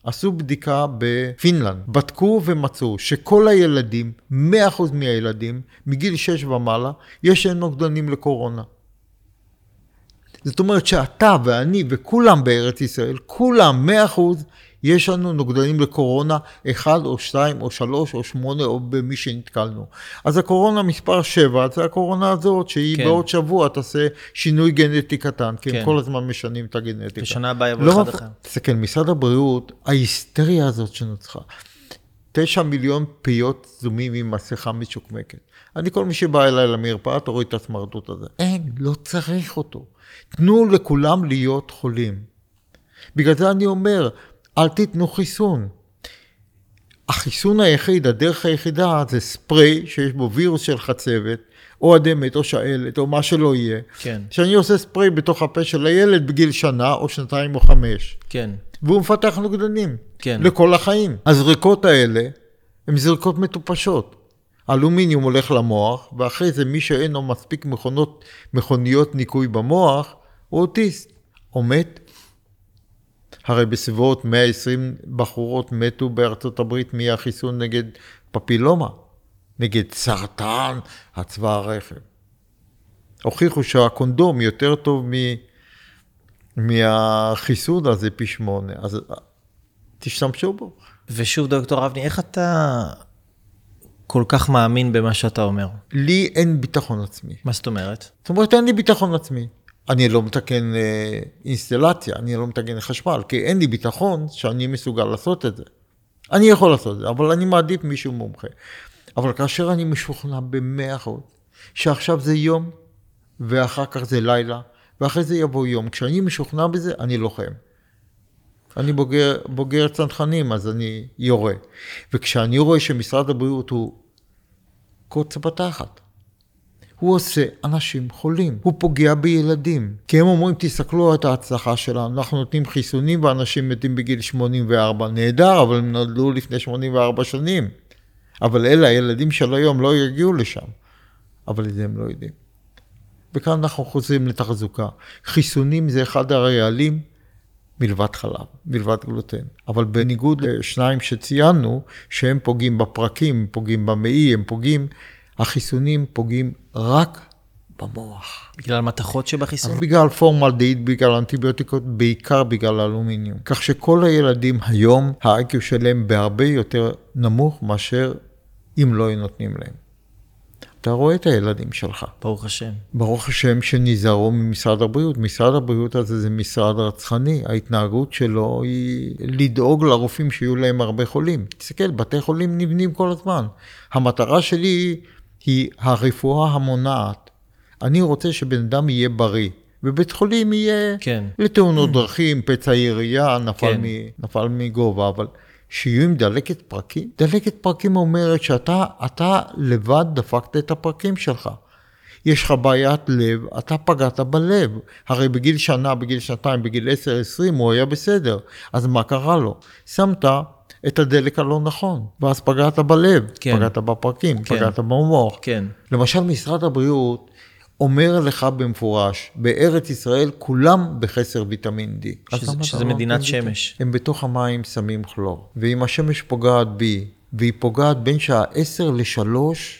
עשו בדיקה בפינלנד, בדקו ומצאו שכל הילדים, מאה אחוז מהילדים, מגיל שש ומעלה, יש להם נוגדנים לקורונה. זאת אומרת שאתה ואני וכולם בארץ ישראל, כולם מאה אחוז, יש לנו נוגדנים לקורונה, אחד או שתיים או שלוש או שמונה או במי שנתקלנו. אז הקורונה מספר שבע, זה הקורונה הזאת שהיא כן. בעוד שבוע תעשה שינוי גנטי קטן, כי כן. הם כל הזמן משנים את הגנטיקה. בשנה הבאה יבוא לא אחד אחר. תסתכל, משרד הבריאות, ההיסטריה הזאת שנוצרה, תשע מיליון פיות זומים עם מסכה משוקמקת. אני כל מי שבא אליי למרפאה, תוריד את הסמרטוט הזה. אין, לא צריך אותו. תנו לכולם להיות חולים. בגלל זה אני אומר, אל תיתנו חיסון. החיסון היחיד, הדרך היחידה, זה ספרי שיש בו וירוס של חצבת, או אדמת, או שעלת, או מה שלא יהיה. כן. שאני עושה ספרי בתוך הפה של הילד בגיל שנה, או שנתיים, או חמש. כן. והוא מפתח נוגדנים. כן. לכל החיים. הזריקות האלה, הן זריקות מטופשות. אלומיניום הולך למוח, ואחרי זה מי שאין לו מספיק מכונות, מכוניות ניקוי במוח, הוא אוטיסט, או מת. הרי בסביבות מאה ועשרים בחורות מתו בארצות הברית מהחיסון נגד פפילומה, נגד סרטן הצוואר הרחם. הוכיחו שהקונדום יותר טוב מ... מהחיסון הזה פי שמונה, אז תשתמשו בו. ושוב דוקטור אבני, איך אתה כל כך מאמין במה שאתה אומר? לי אין ביטחון עצמי. מה זאת אומרת? זאת אומרת, אין לי ביטחון עצמי. אני לא מתקן אה, אינסטלציה, אני לא מתקן חשמל, כי אין לי ביטחון שאני מסוגל לעשות את זה. אני יכול לעשות את זה, אבל אני מעדיף מישהו מומחה. אבל כאשר אני משוכנע במאה אחוז, שעכשיו זה יום, ואחר כך זה לילה, ואחרי זה יבוא יום, כשאני משוכנע בזה, אני לוחם. אני בוגר, בוגר צנחנים, אז אני יורה. וכשאני רואה שמשרד הבריאות הוא קוץ בתחת, הוא עושה אנשים חולים, הוא פוגע בילדים. כי הם אומרים, תסתכלו את ההצלחה שלנו, אנחנו נותנים חיסונים ואנשים מתים בגיל שמונים וארבע. נהדר, אבל הם נולדו לפני שמונים וארבע שנים. אבל אלה, הילדים של היום לא יגיעו לשם. אבל את זה הם לא יודעים. וכאן אנחנו חוזרים לתחזוקה. חיסונים זה אחד הרעלים מלבד חלב, מלבד גלוטן. אבל בניגוד לשניים שציינו, שהם פוגעים בפרקים, פוגעים במעי, הם פוגעים, החיסונים פוגעים רק במוח. בגלל מתכות שבחיסון? בגלל פורמלדהיד, בגלל אנטיביוטיקות, בעיקר בגלל אלומיניום. כך שכל הילדים היום, ה-איי קיו שלהם בהרבה יותר נמוך מאשר אם לא נותנים להם. אתה רואה את הילדים שלך. ברוך השם. ברוך השם שנזהרו ממשרד הבריאות. משרד הבריאות הזה זה משרד רצחני. ההתנהגות שלו היא לדאוג לרופאים שיהיו להם הרבה חולים. תסתכל, בתי חולים נבנים כל הזמן. המטרה שלי היא הרפואה המונעת. אני רוצה שבן אדם יהיה בריא. בבית חולים יהיה כן. לתאונות דרכים, פצע ירייה, נפל, כן. מ, נפל מגובה, אבל שיהיו עם דלקת פרקים. דלקת פרקים אומרת שאתה אתה לבד דפקת את הפרקים שלך. יש לך בעיית לב, אתה פגעת בלב. הרי בגיל שנה, בגיל שנתיים, בגיל עשר עשרים הוא היה בסדר. אז מה קרה לו? שמת את הדלק הלא נכון, ואז פגעת בלב, כן. פגעת בפרקים, כן. פגעת במוח. כן. למשל משרד הבריאות אומר לך במפורש, בארץ ישראל כולם בחסר ויטמין D. שזה, שזה מדינת שמש. הם בתוך המים שמים כלור. ואם השמש פוגעת בי, והיא פוגעת בין שעה עשר לשלוש,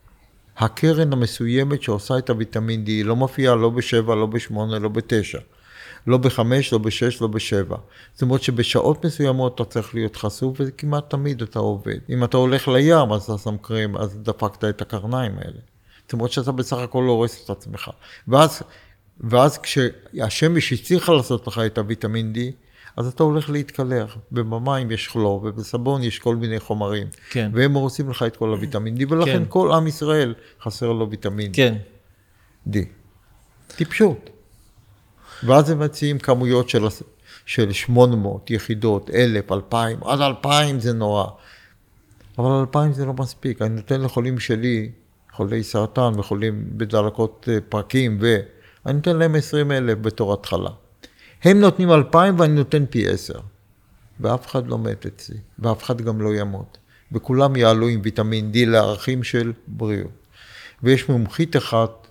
הקרן המסוימת שעושה את הוויטמין D, לא מופיעה לא בשבע, לא בשמונה, לא בתשע. לא בחמש, לא בשש, לא בשבע. זאת אומרת שבשעות מסוימות אתה צריך להיות חשוף, וזה כמעט תמיד אתה עובד. אם אתה הולך לים, אז אתה שם קרם, אז דפקת את הקרניים האלה. זאת אומרת שאתה בסך הכל לא הורס את עצמך. ואז, ואז כשהשמש הצליחה לעשות לך את הוויטמין D, אז אתה הולך להתקלח. במים יש כלור, ובסבון יש כל מיני חומרים. כן. והם הורסים לך את כל הוויטמין D, ולכן כן. כל עם ישראל חסר לו ויטמין כן. D. טיפשות. ואז הם מציעים כמויות של, של שמונה מאות יחידות, אלף, אלפיים, עד אלפיים זה נורא. אבל אלפיים זה לא מספיק. אני נותן לחולים שלי, חולי סרטן וחולים בדלקות פרקים, ואני נותן להם עשרים אלף בתור התחלה. הם נותנים אלפיים ואני נותן פי עשר. ואף אחד לא מת אצלי, ואף אחד גם לא ימות. וכולם יעלו עם ויטמין D לערכים של בריאות. ויש מומחית אחת,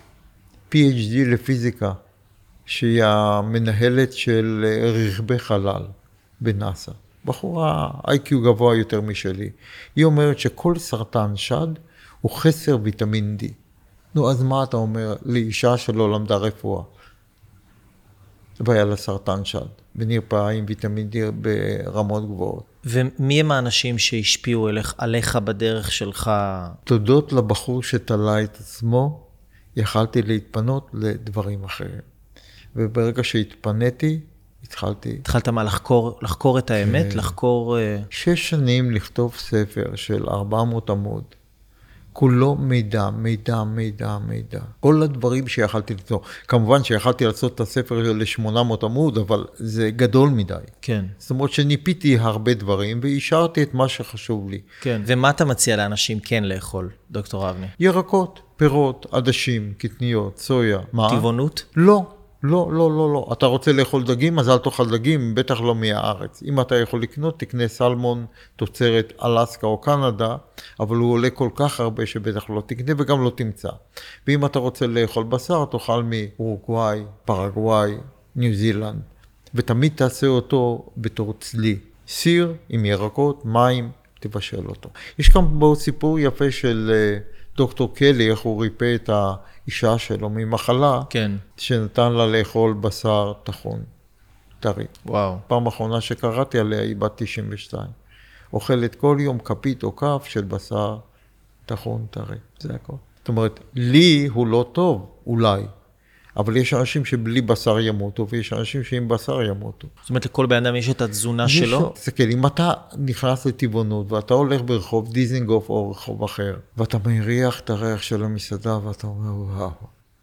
פי אייץ' די לפיזיקה, שהיא המנהלת של רכבי חלל בנאסא. בחורה איי קיו גבוה יותר משלי. היא אומרת שכל סרטן שד הוא חסר ויטמין D. נו, אז מה אתה אומר לאישה שלא למדה רפואה? והיה לה סרטן שד, ונרפאה עם ויטמין D ברמות גבוהות. ומי הם האנשים שהשפיעו עליך, עליך בדרך שלך? תודות לבחור שתלה את עצמו, יכלתי להתפנות לדברים אחרים. וברגע שהתפניתי, התחלתי... התחלת מה, לחקור, לחקור את האמת? לחקור... שש שנים לכתוב ספר של ארבע מאות עמוד. כולו מידע, מידע, מידע, מידע. כל הדברים שיכלתי לעשות. כמובן שיכלתי לעשות את הספר ל-שמונה מאות עמוד, אבל זה גדול מדי. כן. זאת אומרת שניפיתי הרבה דברים, והשארתי את מה שחשוב לי. כן. ומה אתה מציע לאנשים כן לאכול, דוקטור אבני? ירקות, פירות, עדשים, קטניות, סויה. מה? טבעונות? לא. לא, לא, לא, לא. אתה רוצה לאכול דגים, אז אל תאכל דגים, בטח לא מהארץ. אם אתה יכול לקנות, תקנה סלמון, תוצרת אלסקה או קנדה, אבל הוא עולה כל כך הרבה שבטח לא תקנה וגם לא תמצא. ואם אתה רוצה לאכול בשר, תאכל מאורוגוואי, פרגוואי, ניו זילנד, ותמיד תעשה אותו בתור צלי. סיר עם ירקות, מים, תבשל אותו. יש גם בו סיפור יפה של דוקטור קלי, איך הוא ריפא את האישה שלו ממחלה, כן. שנתן לה לאכול בשר טחון, טרי. וואו. פעם האחרונה שקראתי עליה היא בת תשעים ושתיים. אוכלת כל יום כפית או כף של בשר טחון, טרי. זה הכל. זאת אומרת, לי הוא לא טוב, אולי. אבל יש אנשים שבלי בשר ימותו, ויש אנשים שעם בשר ימותו. זאת אומרת, לכל בן אדם יש את התזונה שלו? תסתכל, אם אתה נכנס לטבעונות, ואתה הולך ברחוב דיזינגוף או רחוב אחר, ואתה מריח את הריח של המסעדה, ואתה אומר, וואו.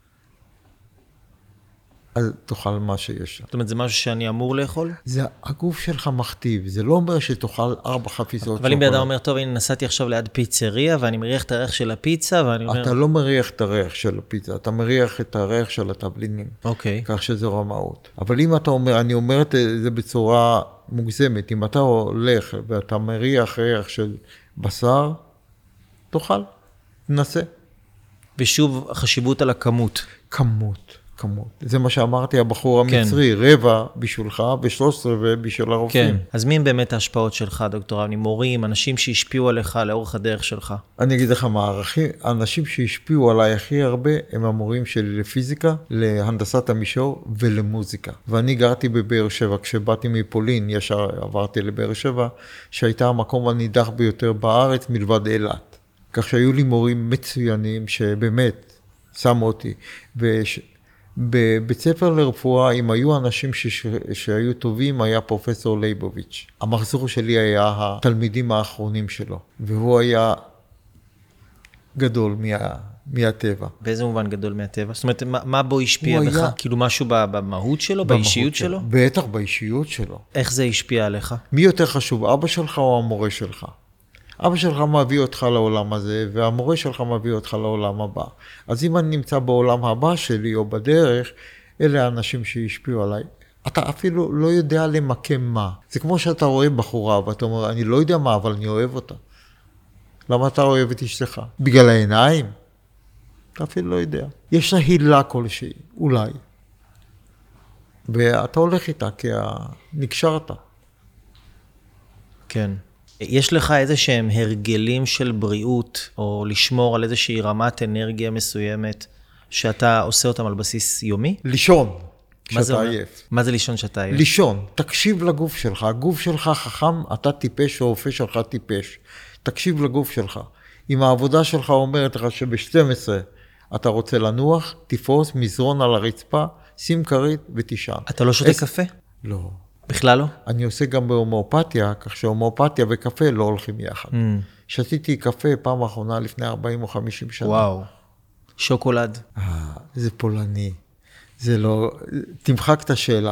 אז תאכל מה שיש שם. זאת אומרת, זה משהו שאני אמור לאכול? זה הגוף שלך מכתיב, זה לא אומר שתאכל ארבע חפיסות. אבל אם בן אדם אומר, טוב, הנה נסעתי עכשיו ליד פיצריה, ואני מריח את הריח של הפיצה, ואני אומר... אתה לא מריח את הריח של הפיצה, אתה מריח את הריח של התבלינים. אוקיי. כך שזה רמאות. אבל אם אתה אומר, אני אומר את זה בצורה מוגזמת, אם אתה הולך ואתה מריח ריח של בשר, תאכל, תנסה. ושוב, החשיבות על הכמות. כמות. כמות. זה מה שאמרתי, הבחור המצרי, כן. רבע בשבילך ושלוש רבע בשביל הרופאים. כן. אז מי הם באמת ההשפעות שלך, דוקטור אבני? מורים, אנשים שהשפיעו עליך לאורך הדרך שלך? אני אגיד לך מה, האנשים שהשפיעו עליי הכי הרבה, הם המורים שלי לפיזיקה, להנדסת המישור ולמוזיקה. ואני גרתי בבאר שבע, כשבאתי מפולין, ישר עברתי לבאר שבע, שהייתה המקום הנידח ביותר בארץ מלבד אילת. כך שהיו לי מורים מצוינים שבאמת שמו אותי. וש... בבית ספר לרפואה, אם היו אנשים ש... שהיו טובים, היה פרופסור ליבוביץ'. המחזור שלי היה התלמידים האחרונים שלו, והוא היה גדול מה... מהטבע. באיזה מובן גדול מהטבע? זאת אומרת, מה, מה בו השפיע בך? היה... כאילו משהו במהות שלו, במהות באישיות שלו? שלו? בטח, באישיות שלו. איך זה השפיע עליך? מי יותר חשוב, אבא שלך או המורה שלך? אבא שלך מביא אותך לעולם הזה, והמורה שלך מביא אותך לעולם הבא. אז אם אני נמצא בעולם הבא שלי או בדרך, אלה האנשים שהשפיעו עליי. אתה אפילו לא יודע למקם מה. זה כמו שאתה רואה בחורה, ואתה אומר, אני לא יודע מה, אבל אני אוהב אותה. למה אתה אוהב את אשתך? בגלל העיניים? אתה אפילו לא יודע. יש לה הילה כלשהי, אולי. ואתה הולך איתה, כי נקשרת. כן. יש לך איזה שהם הרגלים של בריאות, או לשמור על איזושהי רמת אנרגיה מסוימת, שאתה עושה אותם על בסיס יומי? לישון, כשאתה עייף. מה זה לישון שאתה עייף? לישון, תקשיב לגוף שלך. הגוף שלך חכם, אתה טיפש, או הרופא שלך טיפש. תקשיב לגוף שלך. אם העבודה שלך אומרת לך שב-שתים עשרה אתה רוצה לנוח, תפרוס מזרון על הרצפה, שים כרית ותישן. אתה לא שותה קפה? לא. בכלל לא? אני עושה גם בהומאופתיה, כך שהומאופתיה וקפה לא הולכים יחד. Mm. שתיתי קפה פעם האחרונה לפני ארבעים או חמישים שנה. וואו. שוקולד. אה, זה פולני. זה לא... תמחק את השאלה.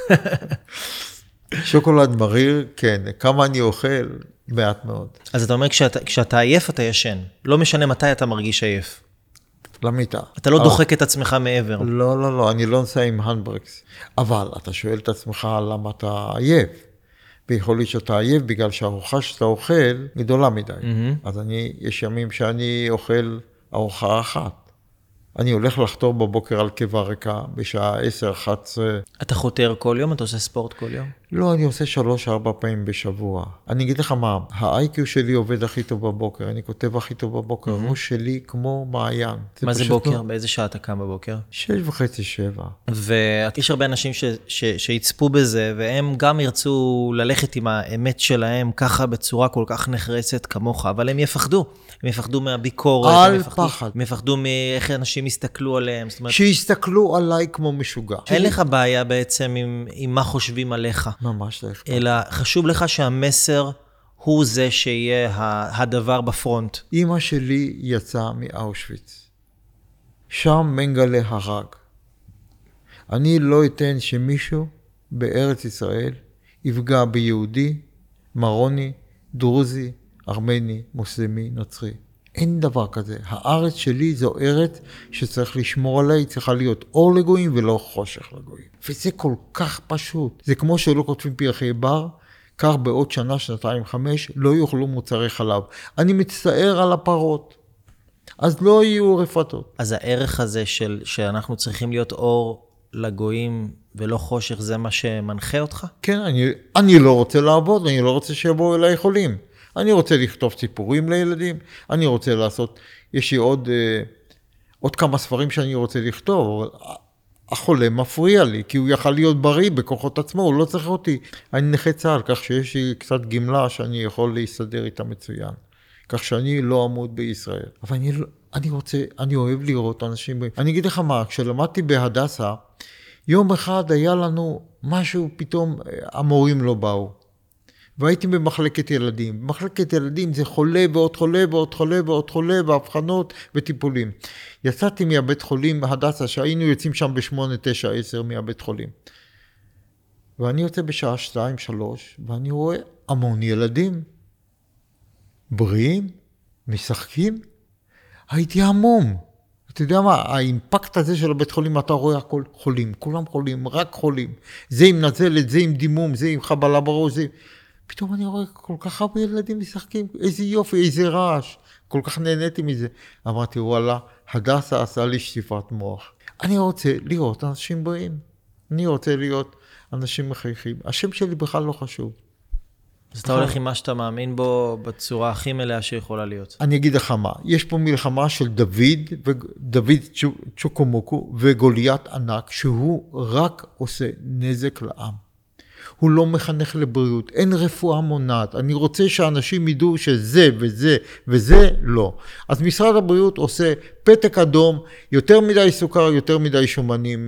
שוקולד מריר, כן. כמה אני אוכל? מעט מאוד. אז אתה אומר, כשאתה, כשאתה עייף, אתה ישן. לא משנה מתי אתה מרגיש עייף. למיטה. אתה לא דוחק את עצמך מעבר. לא, לא, לא, אני לא נוסע עם הנדברקס. אבל אתה שואל את עצמך למה אתה עייף. ויכול להיות שאתה עייף בגלל שהארוחה שאתה אוכל גדולה מדי. אז אני, יש ימים שאני אוכל ארוחה אחת. אני הולך לחתור בבוקר על קיבה ריקה בשעה עשר אחת עשרה. אתה חותר כל יום? אתה עושה ספורט כל יום? לא, אני עושה שלוש ארבע פעמים בשבוע. אני אגיד לך מה, ה-איי קיו שלי עובד הכי טוב בבוקר, אני כותב הכי טוב בבוקר, mm-hmm. ראש שלי כמו מעיין. מה זה בוקר? לא... באיזה שעה אתה קם בבוקר? שש וחצי, שבע. ויש הרבה אנשים ש... ש... שיצפו בזה, והם גם ירצו ללכת עם האמת שלהם ככה בצורה כל כך נחרצת כמוך, אבל הם יפחדו. הם יפחדו מהביקורת. על הם יפחדו, פחד. הם יפחדו מאיך אנשים יסתכלו עליהם. זאת אומרת, שיסתכלו עליי כמו משוגע. אין לך בעיה בעצם עם, עם מה חושבים עליך. ממש לא. אלא חשוב לך שהמסר הוא זה שיהיה הדבר בפרונט. אמא שלי יצאה מאושוויץ. שם מנגלה הרג. אני לא אתן שמישהו בארץ ישראל יפגע ביהודי, מרוני, דרוזי, ארמני, מוסלמי, נוצרי. אין דבר כזה. הארץ שלי זו ארץ שצריך לשמור עליה, היא צריכה להיות אור לגויים ולא חושך לגויים. וזה כל כך פשוט. זה כמו שלא כותבים פרחי בר, כך בעוד שנה, שנתיים, חמש, לא יאכלו מוצרי חלב. אני מצטער על הפרות. אז לא יהיו רפתות. אז הערך הזה של שאנחנו צריכים להיות אור לגויים ולא חושך, זה מה שמנחה אותך? כן, אני, אני לא רוצה לעבוד, אני לא רוצה שיבואו אליי חולים. אני רוצה לכתוב סיפורים לילדים, אני רוצה לעשות, יש לי עוד, אה, עוד כמה ספרים שאני רוצה לכתוב, אבל החולה מפריע לי, כי הוא יכל להיות בריא בכוחות עצמו, הוא לא צריך אותי. אני נכה צה"ל, כך שיש לי קצת גמלה שאני יכול להסתדר איתה מצוין, כך שאני לא אמות בישראל. אבל אני, אני רוצה, אני אוהב לראות אנשים, אני אגיד לך מה, כשלמדתי בהדסה, יום אחד היה לנו משהו, פתאום המורים לא באו. והייתי במחלקת ילדים. במחלקת ילדים זה חולה ועוד חולה ועוד חולה ועוד חולה והבחנות וטיפולים. יצאתי מהבית חולים הדסה, שהיינו יוצאים שם בשמונה, תשע, עשר מהבית חולים. ואני יוצא בשעה שתיים, שלוש, ואני רואה המון ילדים, בריאים, משחקים. הייתי המום. אתה יודע מה, האימפקט הזה של הבית חולים, אתה רואה הכל חולים, כולם חולים, רק חולים. זה עם נזלת, זה עם דימום, זה עם חבלה בראש, זה... פתאום אני רואה כל כך הרבה ילדים משחקים, איזה יופי, איזה רעש, כל כך נהניתי מזה. אמרתי, וואלה, הדסה עשה לי שטיפת מוח. אני רוצה לראות אנשים בריאים, אני רוצה להיות אנשים מחייכים. השם שלי בכלל לא חשוב. אז אתה הולך עם מה שאתה מאמין בו בצורה הכי מלאה שיכולה להיות. אני אגיד לך מה, יש פה מלחמה של דוד, דוד צ'וקומוקו וגוליית ענק, שהוא רק עושה נזק לעם. הוא לא מחנך לבריאות, אין רפואה מונעת. אני רוצה שאנשים ידעו שזה וזה וזה לא. אז משרד הבריאות עושה פתק אדום, יותר מדי סוכר, יותר מדי שומנים.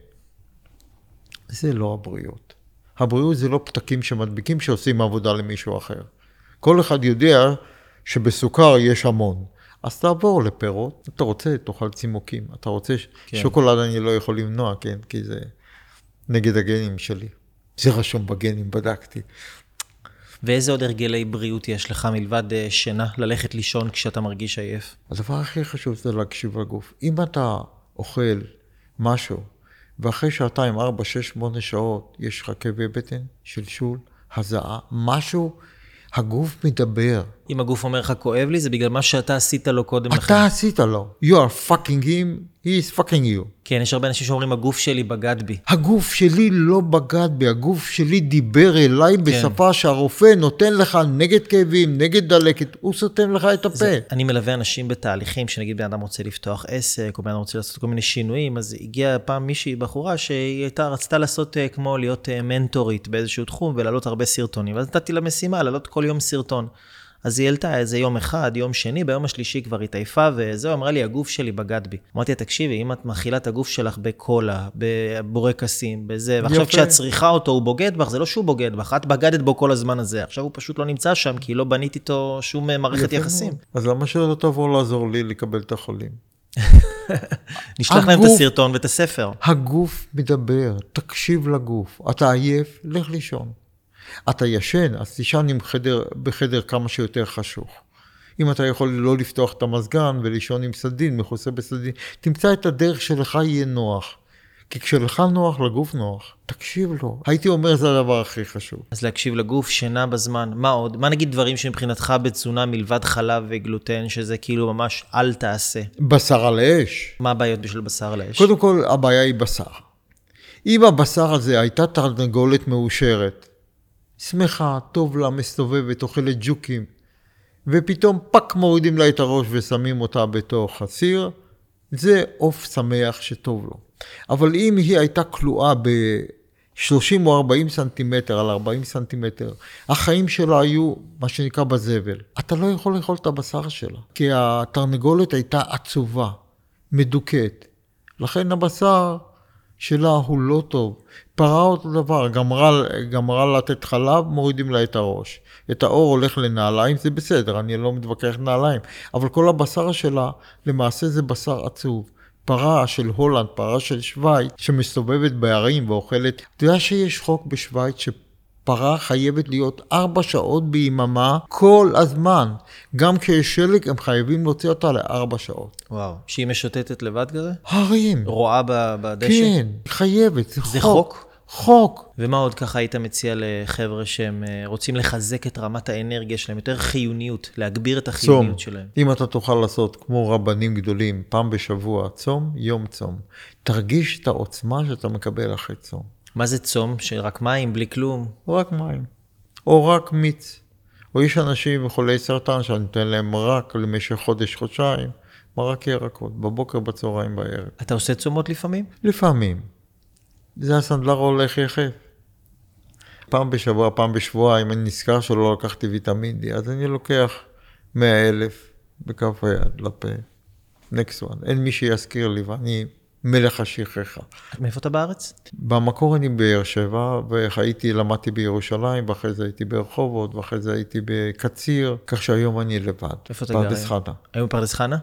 זה לא הבריאות. הבריאות זה לא פתקים שמדביקים שעושים עבודה למישהו אחר. כל אחד יודע שבסוכר יש המון. אז תעבור לפירות, אתה רוצה, תאכל צימוקים. אתה רוצה, כן. שוקולד אני לא יכול למנוע, כן? כי זה נגד הגנים שלי. זה רשום בגנים, בדקתי. ואיזה עוד הרגלי בריאות יש לך מלבד שינה, ללכת לישון כשאתה מרגיש עייף? הדבר הכי חשוב זה להקשיב לגוף. אם אתה אוכל משהו, ואחרי שעתיים, ארבע, שש, שמונה שעות, יש לך כאבי בטן, שלשול, הזעה, משהו, הגוף מדבר. אם הגוף אומר לך כואב לי, זה בגלל מה שאתה עשית לו קודם לכן. אתה עשית לו. You are fucking him, he is fucking you. כן, יש הרבה אנשים שאומרים, הגוף שלי בגד בי. הגוף שלי לא בגד בי, הגוף שלי דיבר אליי כן. בשפה שהרופא נותן לך נגד כאבים, נגד דלקת, הוא סותם לך את הפה. זה, אני מלווה אנשים בתהליכים, שנגיד בן אדם רוצה לפתוח עסק, או בן אדם רוצה לעשות כל מיני שינויים, אז הגיעה פעם מישהי בחורה שהיא הייתה, רצתה לעשות כמו להיות מנטורית באיזשהו תחום, ולעלות הרבה סרטונים, ואז נתתי לה משימה, לעלות כל יום סרטון. אז היא העלתה איזה יום אחד, יום שני, ביום השלישי כבר התעייפה, וזהו, אמרה לי, הגוף שלי בגד בי. אמרתי, תקשיבי, אם את מכילה את הגוף שלך בקולה, בבורקסים, בזה, ועכשיו כשאת צריכה אותו, הוא בוגד בך, זה לא שהוא בוגד בך, את בגדת בו כל הזמן הזה. עכשיו הוא פשוט לא נמצא שם, כי לא בנית איתו שום מערכת יחסים. אז למה שלא תבוא לעזור לי לקבל את החולים? נשלח להם את הסרטון ואת הספר. הגוף מדבר, תקשיב לגוף. אתה עייף, לך לישון. אתה ישן, אז תישן עם חדר, בחדר כמה שיותר חשוך. אם אתה יכול לא לפתוח את המזגן ולישון עם סדין, מכוסה בסדין, תמצא את הדרך שלך יהיה נוח. כי כשלך נוח, לגוף נוח. תקשיב לו. הייתי אומר, זה הדבר הכי חשוב. אז להקשיב לגוף, שינה בזמן. מה עוד? מה נגיד דברים שמבחינתך בתזונה מלבד חלב וגלוטן, שזה כאילו ממש אל תעשה? בשר על האש. מה הבעיות בשביל בשר על האש? קודם כל, הבעיה היא בשר. אם הבשר הזה הייתה תרנגולת מאושרת, שמחה, טוב לה, מסתובבת, אוכלת ג'וקים, ופתאום פק מורידים לה את הראש ושמים אותה בתוך הסיר, זה עוף שמח שטוב לו. אבל אם היא הייתה כלואה ב-שלושים או ארבעים סנטימטר על ארבעים סנטימטר, החיים שלה היו מה שנקרא בזבל. אתה לא יכול לאכול את הבשר שלה, כי התרנגולת הייתה עצובה, מדוכאת. לכן הבשר שלה הוא לא טוב. פרה אותו דבר, גמרה, גמרה לתת חלב, מורידים לה את הראש. את האור הולך לנעליים, זה בסדר, אני לא מתווכח נעליים. אבל כל הבשר שלה, למעשה זה בשר עצוב. פרה של הולנד, פרה של שוויץ, שמסתובבת בערים ואוכלת. אתה יודע שיש חוק בשוויץ שפרה חייבת להיות ארבע שעות ביממה כל הזמן. גם כשיש שלג הם חייבים להוציא אותה לארבע שעות. וואו, שהיא משוטטת לבד כזה? הרים. רואה בדשא? כן, חייבת, זה, זה חוק. חוק? חוק. ומה עוד ככה היית מציע לחבר'ה שהם רוצים לחזק את רמת האנרגיה שלהם, יותר חיוניות, להגביר את החיוניות צום. שלהם? אם אתה תוכל לעשות כמו רבנים גדולים, פעם בשבוע צום, יום צום. תרגיש את העוצמה שאתה מקבל אחרי צום. מה זה צום? שרק מים, בלי כלום? או רק מים. או רק מיץ. או יש אנשים חולי סרטן שאני נותן להם מרק למשך חודש, חודשיים, מרק ירקות, בבוקר, בצהריים, בערב. אתה עושה צומות לפעמים? לפעמים. זה הסנדלר הולך יחף. פעם בשבוע, פעם בשבועיים, אני נזכר שלא לקחתי ויטמין D, אז אני לוקח מאה אלף בכף היד, לפה. next one. אין מי שיזכיר לי, ואני מלך השכחה. מאיפה אתה בארץ? במקור אני באר שבע, והייתי, למדתי בירושלים, ואחרי זה הייתי ברחובות, ואחרי זה הייתי בקציר, כך שהיום אני לבד. איפה אתה גר? פרדס חנה. היום בפרדס חנה?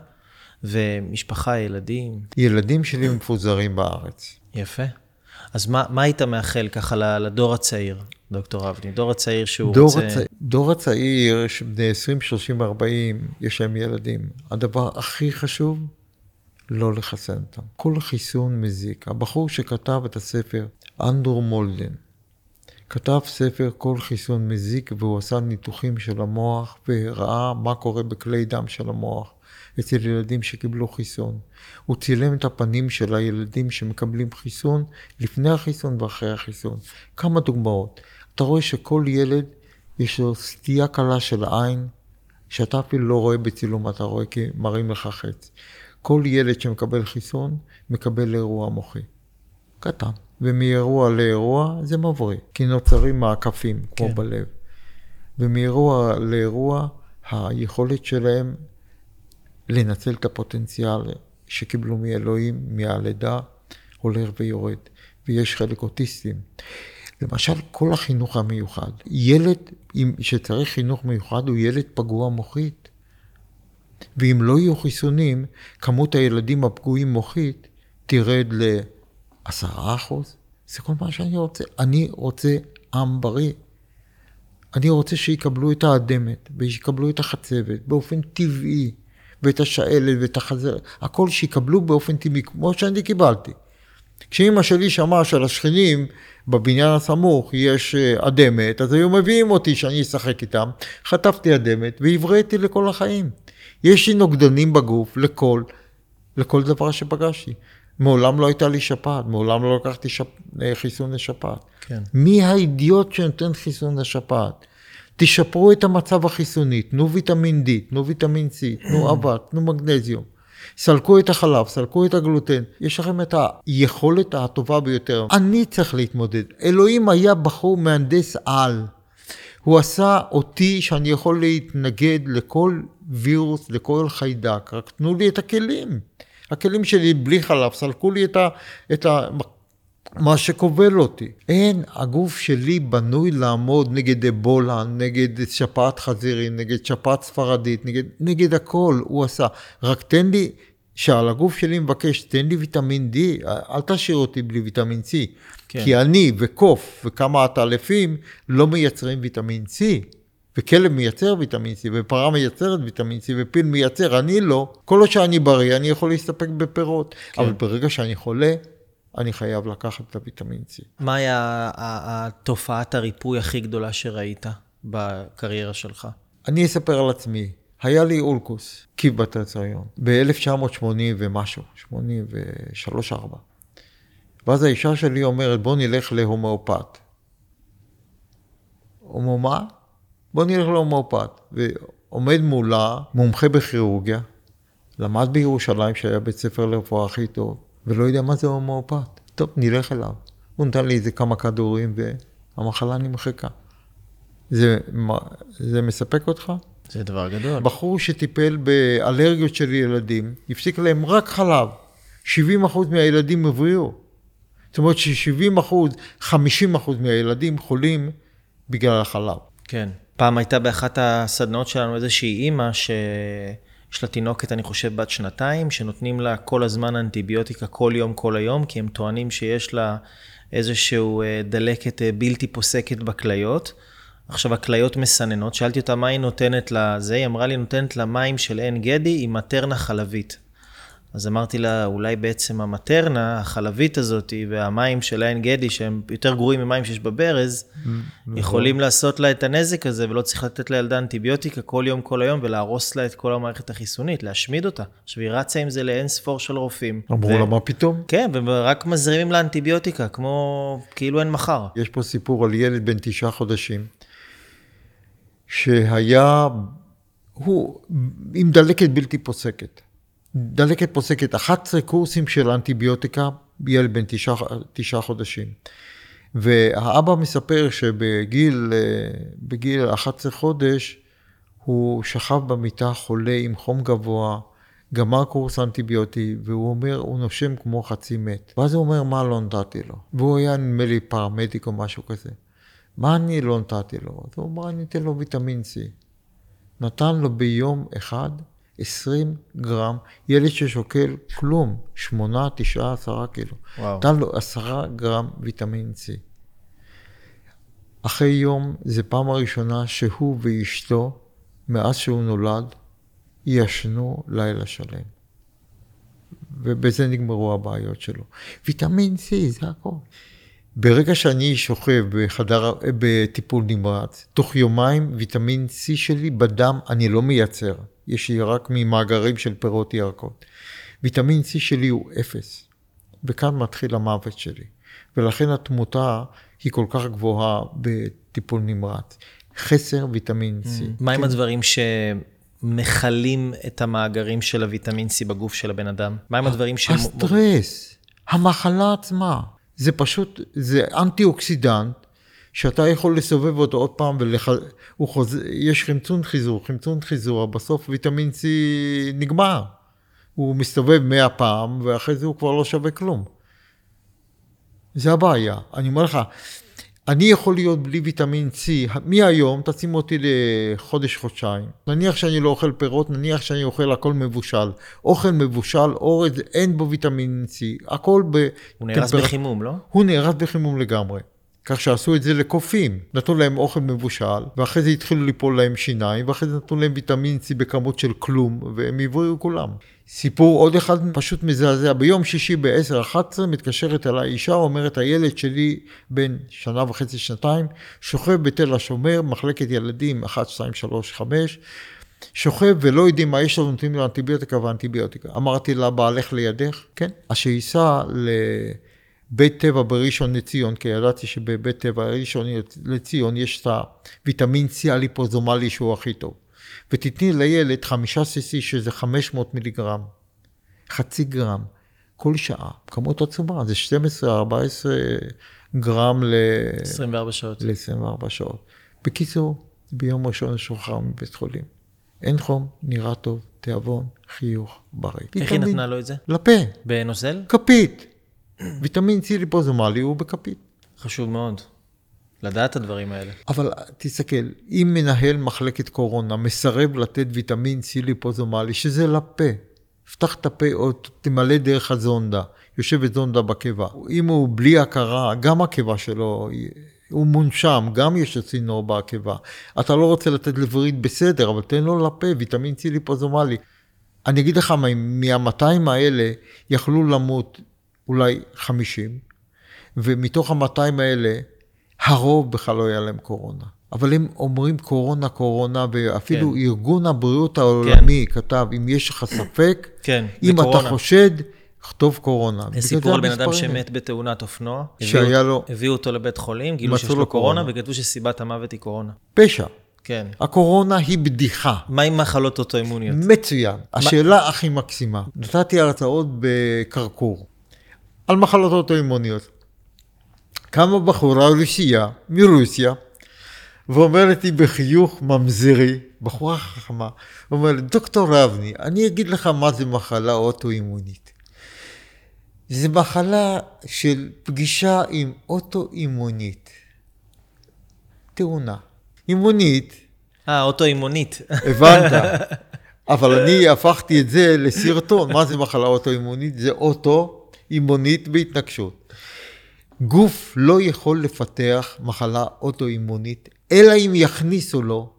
ומשפחה, ילדים? ילדים שלי מפוזרים בארץ. יפה. אז מה, מה היית מאחל ככה לדור הצעיר, דוקטור אבני? דור הצעיר שהוא דור רוצה... הצ... דור הצעיר, שבני עשרים, שלושים, ארבעים, יש להם ילדים. הדבר הכי חשוב, לא לחסן אותם. כל חיסון מזיק. הבחור שכתב את הספר, אנדרו מולדן, כתב ספר כל חיסון מזיק, והוא עשה ניתוחים של המוח, וראה מה קורה בכלי דם של המוח. אצל ילדים שקיבלו חיסון. הוא צילם את הפנים של הילדים שמקבלים חיסון, לפני החיסון ואחרי החיסון. כמה דוגמאות. אתה רואה שכל ילד יש לו סטייה קלה של העין, שאתה אפילו לא רואה בצילום, אתה רואה כי מראים לך חץ. כל ילד שמקבל חיסון, מקבל אירוע מוחי. קטן. ומאירוע לאירוע זה מבריא, כי נוצרים מעקפים, כמו כן. בלב. ומאירוע לאירוע, היכולת שלהם לנצל את הפוטנציאל שקיבלו מאלוהים, מהלידה, הולך ויורד. ויש חלק אוטיסטים. למשל, כל החינוך המיוחד. ילד שצריך חינוך מיוחד הוא ילד פגוע מוחית. ואם לא יהיו חיסונים, כמות הילדים הפגועים מוחית תרד לעשרה אחוז. זה כל מה שאני רוצה. אני רוצה עם בריא. אני רוצה שיקבלו את האדמת, ויקבלו את החצבת, באופן טבעי. ואת השאלת ואת החזר, הכל שיקבלו באופן טבעי, כמו שאני קיבלתי. כשאמא שלי שמעה של השכנים בבניין הסמוך יש אדמת, אז היו מביאים אותי שאני אשחק איתם, חטפתי אדמת והבראתי לכל החיים. יש לי נוגדנים בגוף לכל, לכל דבר שפגשתי. מעולם לא הייתה לי שפעת, מעולם לא לקחתי שפ... חיסון לשפעת. כן. מי האידיוט שנותן חיסון לשפעת? תשפרו את המצב החיסוני, תנו ויטמין D, תנו ויטמין C, תנו אבק, תנו מגנזיום. סלקו את החלב, סלקו את הגלוטן. יש לכם את היכולת הטובה ביותר. אני צריך להתמודד. אלוהים היה בחור מהנדס על. הוא עשה אותי שאני יכול להתנגד לכל וירוס, לכל חיידק. רק תנו לי את הכלים. הכלים שלי בלי חלב, סלקו לי את ה... את ה... מה שקובל אותי. אין, הגוף שלי בנוי לעמוד נגד אבולה, נגד שפעת חזירים, נגד שפעת ספרדית, נגד, נגד הכל הוא עשה. רק תן לי, שעל הגוף שלי מבקש, תן לי ויטמין D, אל תשאיר אותי בלי ויטמין C. כן. כי אני וקוף וכמה עטלפים לא מייצרים ויטמין C. וכלב מייצר ויטמין C, ופרה מייצרת ויטמין C, ופיל מייצר, אני לא. כל עוד שאני בריא, אני יכול להסתפק בפירות. כן. אבל ברגע שאני חולה, אני חייב לקחת את הוויטמין C. מה היה התופעת הריפוי הכי גדולה שראית בקריירה שלך? אני אספר על עצמי. היה לי אולקוס, קיב בתריון, ב-אלף תשע מאות שמונים ומשהו, שמונים ושלוש ארבע. ואז האישה שלי אומרת, בוא נלך להומאופת. הומו מה? בוא נלך להומאופת. ועומד מולה מומחה בכירורגיה, למד בירושלים שהיה בית ספר לרפואה הכי טוב, ולא יודע מה זה הומאופת. טוב, נלך אליו. הוא נתן לי איזה כמה כדורים והמחלה נמחקה. זה, זה מספק אותך? זה דבר גדול. בחור שטיפל באלרגיות של ילדים, הפסיק להם רק חלב. שבעים אחוז מהילדים מבריאו. זאת אומרת ש-שבעים אחוז, חמישים אחוז מהילדים חולים בגלל החלב. כן. פעם הייתה באחת הסדנאות שלנו איזושהי אימא שיש לה תינוקת, אני חושב, בת שנתיים, שנותנים לה כל הזמן אנטיביוטיקה כל יום, כל היום, כי הם טוענים שיש לה איזשהו דלקת בלתי פוסקת בכליות. עכשיו, הכליות מסננות, שאלתי אותה מה היא נותנת לזה, היא אמרה לי נותנת לה מים של עין גדי עם מטרנה חלבית. אז אמרתי לה, אולי בעצם המטרנה, החלבית הזאת, והמים של עין גדי, שהם יותר גרועים ממים שיש בברז, יכולים לעשות לה את הנזק הזה, ולא צריך לתת לילדה אנטיביוטיקה כל יום, כל היום, ולהרוס לה את כל המערכת החיסונית, להשמיד אותה. עכשיו, היא רצה עם זה לאין ספור של רופאים. אמרו לה, מה פתאום? כן, ורק מזרימים לה אנטיביוטיקה, כמו כאילו אין מחר. יש פה סיפור על ילד בן תשעה חודשים, שהיה, הוא עם דלקת בלתי פוסקת. דלקת פוסקת, אחת עשרה קורסים של אנטיביוטיקה, ילד בן תשעה, תשעה חודשים. והאבא מספר שבגיל, בגיל אחת עשרה חודש, הוא שכב במיטה חולה עם חום גבוה, גמר קורס אנטיביוטי, והוא אומר, הוא נושם כמו חצי מת. ואז הוא אומר, מה לא נתתי לו? והוא היה נדמה לי פרמדיק או משהו כזה. מה אני לא נתתי לו? אז הוא אומר, אני אתן לו ויטמין C. נתן לו ביום אחד עשרים גרם, ילד ששוקל כלום, שמונה, תשעה, עשרה קילו. וואו. נתן לו עשרה גרם ויטמין C. אחרי יום, זה פעם הראשונה שהוא ואשתו, מאז שהוא נולד, ישנו לילה שלם. ובזה נגמרו הבעיות שלו. ויטמין C, זה הכל. ברגע שאני שוכב בחדר, בטיפול נמרץ, תוך יומיים ויטמין C שלי בדם אני לא מייצר. יש לי רק ממאגרים של פירות ירקות. ויטמין C שלי הוא אפס. וכאן מתחיל המוות שלי. ולכן התמותה היא כל כך גבוהה בטיפול נמרץ. חסר ויטמין C. מה עם הדברים שמחלים את המאגרים של הוויטמין C בגוף של הבן אדם? מה עם הדברים ש... הסטרס, המחלה עצמה. זה פשוט, זה אנטי-אוקסידנט, שאתה יכול לסובב אותו עוד פעם, ויש חמצון חיזור, חמצון חיזור, בסוף ויטמין C נגמר. הוא מסתובב מאה פעם, ואחרי זה הוא כבר לא שווה כלום. זה הבעיה. אני אומר לך, אני יכול להיות בלי ויטמין C, מהיום תשים אותי לחודש, חודשיים. נניח שאני לא אוכל פירות, נניח שאני אוכל הכל מבושל. אוכל מבושל, אורז, אין בו ויטמין C. הכל ב... הוא נהרס בחימום, לא? הוא נהרס בחימום לגמרי. כך שעשו את זה לקופים. נתנו להם אוכל מבושל, ואחרי זה התחילו ליפול להם שיניים, ואחרי זה נתנו להם ויטמין C בכמות של כלום, והם הבריאו כולם. סיפור עוד אחד פשוט מזעזע. ביום שישי ב-עשר אחת עשרה מתקשרת אליי אישה, אומרת, הילד שלי בן שנה וחצי, שנתיים, שוכב בתל השומר, מחלקת ילדים אחת, שתיים, שלוש, חמש, שוכב ולא יודעים מה יש לו, נותנים לו אנטיביוטיקה ואנטיביוטיקה. אמרתי לה, בעלך לידך? כן. אז שייסע לבית טבע בראשון לציון, כי ידעתי שבבית טבע בראשון לציון יש את הוויטמין C הליפוזומלי שהוא הכי טוב. ותתני לילד חמישה סי-סי שזה חמש מאות מיליגרם, חצי גרם, כל שעה. כמות עצומה, זה שתים עשרה ארבע עשרה גרם ל... עשרים וארבע שעות. ל-עשרים וארבע שעות. בקיצור, ביום ראשון שוחרר מבית חולים. אין חום, נראה טוב, תיאבון, חיוך, בריא. איך היא נתנה לו את זה? לפה. בנוזל? כפית. ויטמין C ליפוזומלי הוא בכפית. חשוב מאוד. לדעת את הדברים האלה. אבל תסתכל, אם מנהל מחלקת קורונה מסרב לתת ויטמין C ליפוזומלי, שזה לפה, פתח את הפה או תמלא דרך הזונדה, יושבת זונדה בקיבה. אם הוא בלי הכרה, גם הקיבה שלו, הוא מונשם, גם יש הצינור בקיבה. אתה לא רוצה לתת לווריד בסדר, אבל תן לו לפה, ויטמין C ליפוזומלי. אני אגיד לך, מה-מאתיים האלה יכלו למות אולי חמישים, ומתוך ה-מאתיים האלה, הרוב בכלל לא היה להם קורונה. אבל הם אומרים קורונה, קורונה, ואפילו כן. ארגון הבריאות העולמי כן. כתב, אם יש לך ספק, כן, אם אתה חושד, כתוב קורונה. יש סיפור על בן אדם שמת בתאונת אופנוע, שהיה לו... הביאו אותו לבית חולים, גילו שיש לו קורונה, וכתבו שסיבת המוות היא קורונה. פשע. כן. הקורונה היא בדיחה. מה עם מחלות אוטואימוניות? מצוין. השאלה הכי מקסימה. נתתי הרצאות בקרקור, על מחלות אוטואימוניות. קמה בחורה רוסיה, מרוסיה, ואומרת לי בחיוך ממזרי, בחורה חכמה, אומרת, דוקטור רבני, אני אגיד לך מה זה מחלה אוטואימונית. זה מחלה של פגישה עם אוטואימונית. תאונה. אימונית. אה, אוטואימונית. הבנת. אבל אני הפכתי את זה לסרטון. מה זה מחלה אוטואימונית? זה אוטואימונית בהתנגשות. גוף לא יכול לפתח מחלה אוטואימונית, אלא אם יכניסו לו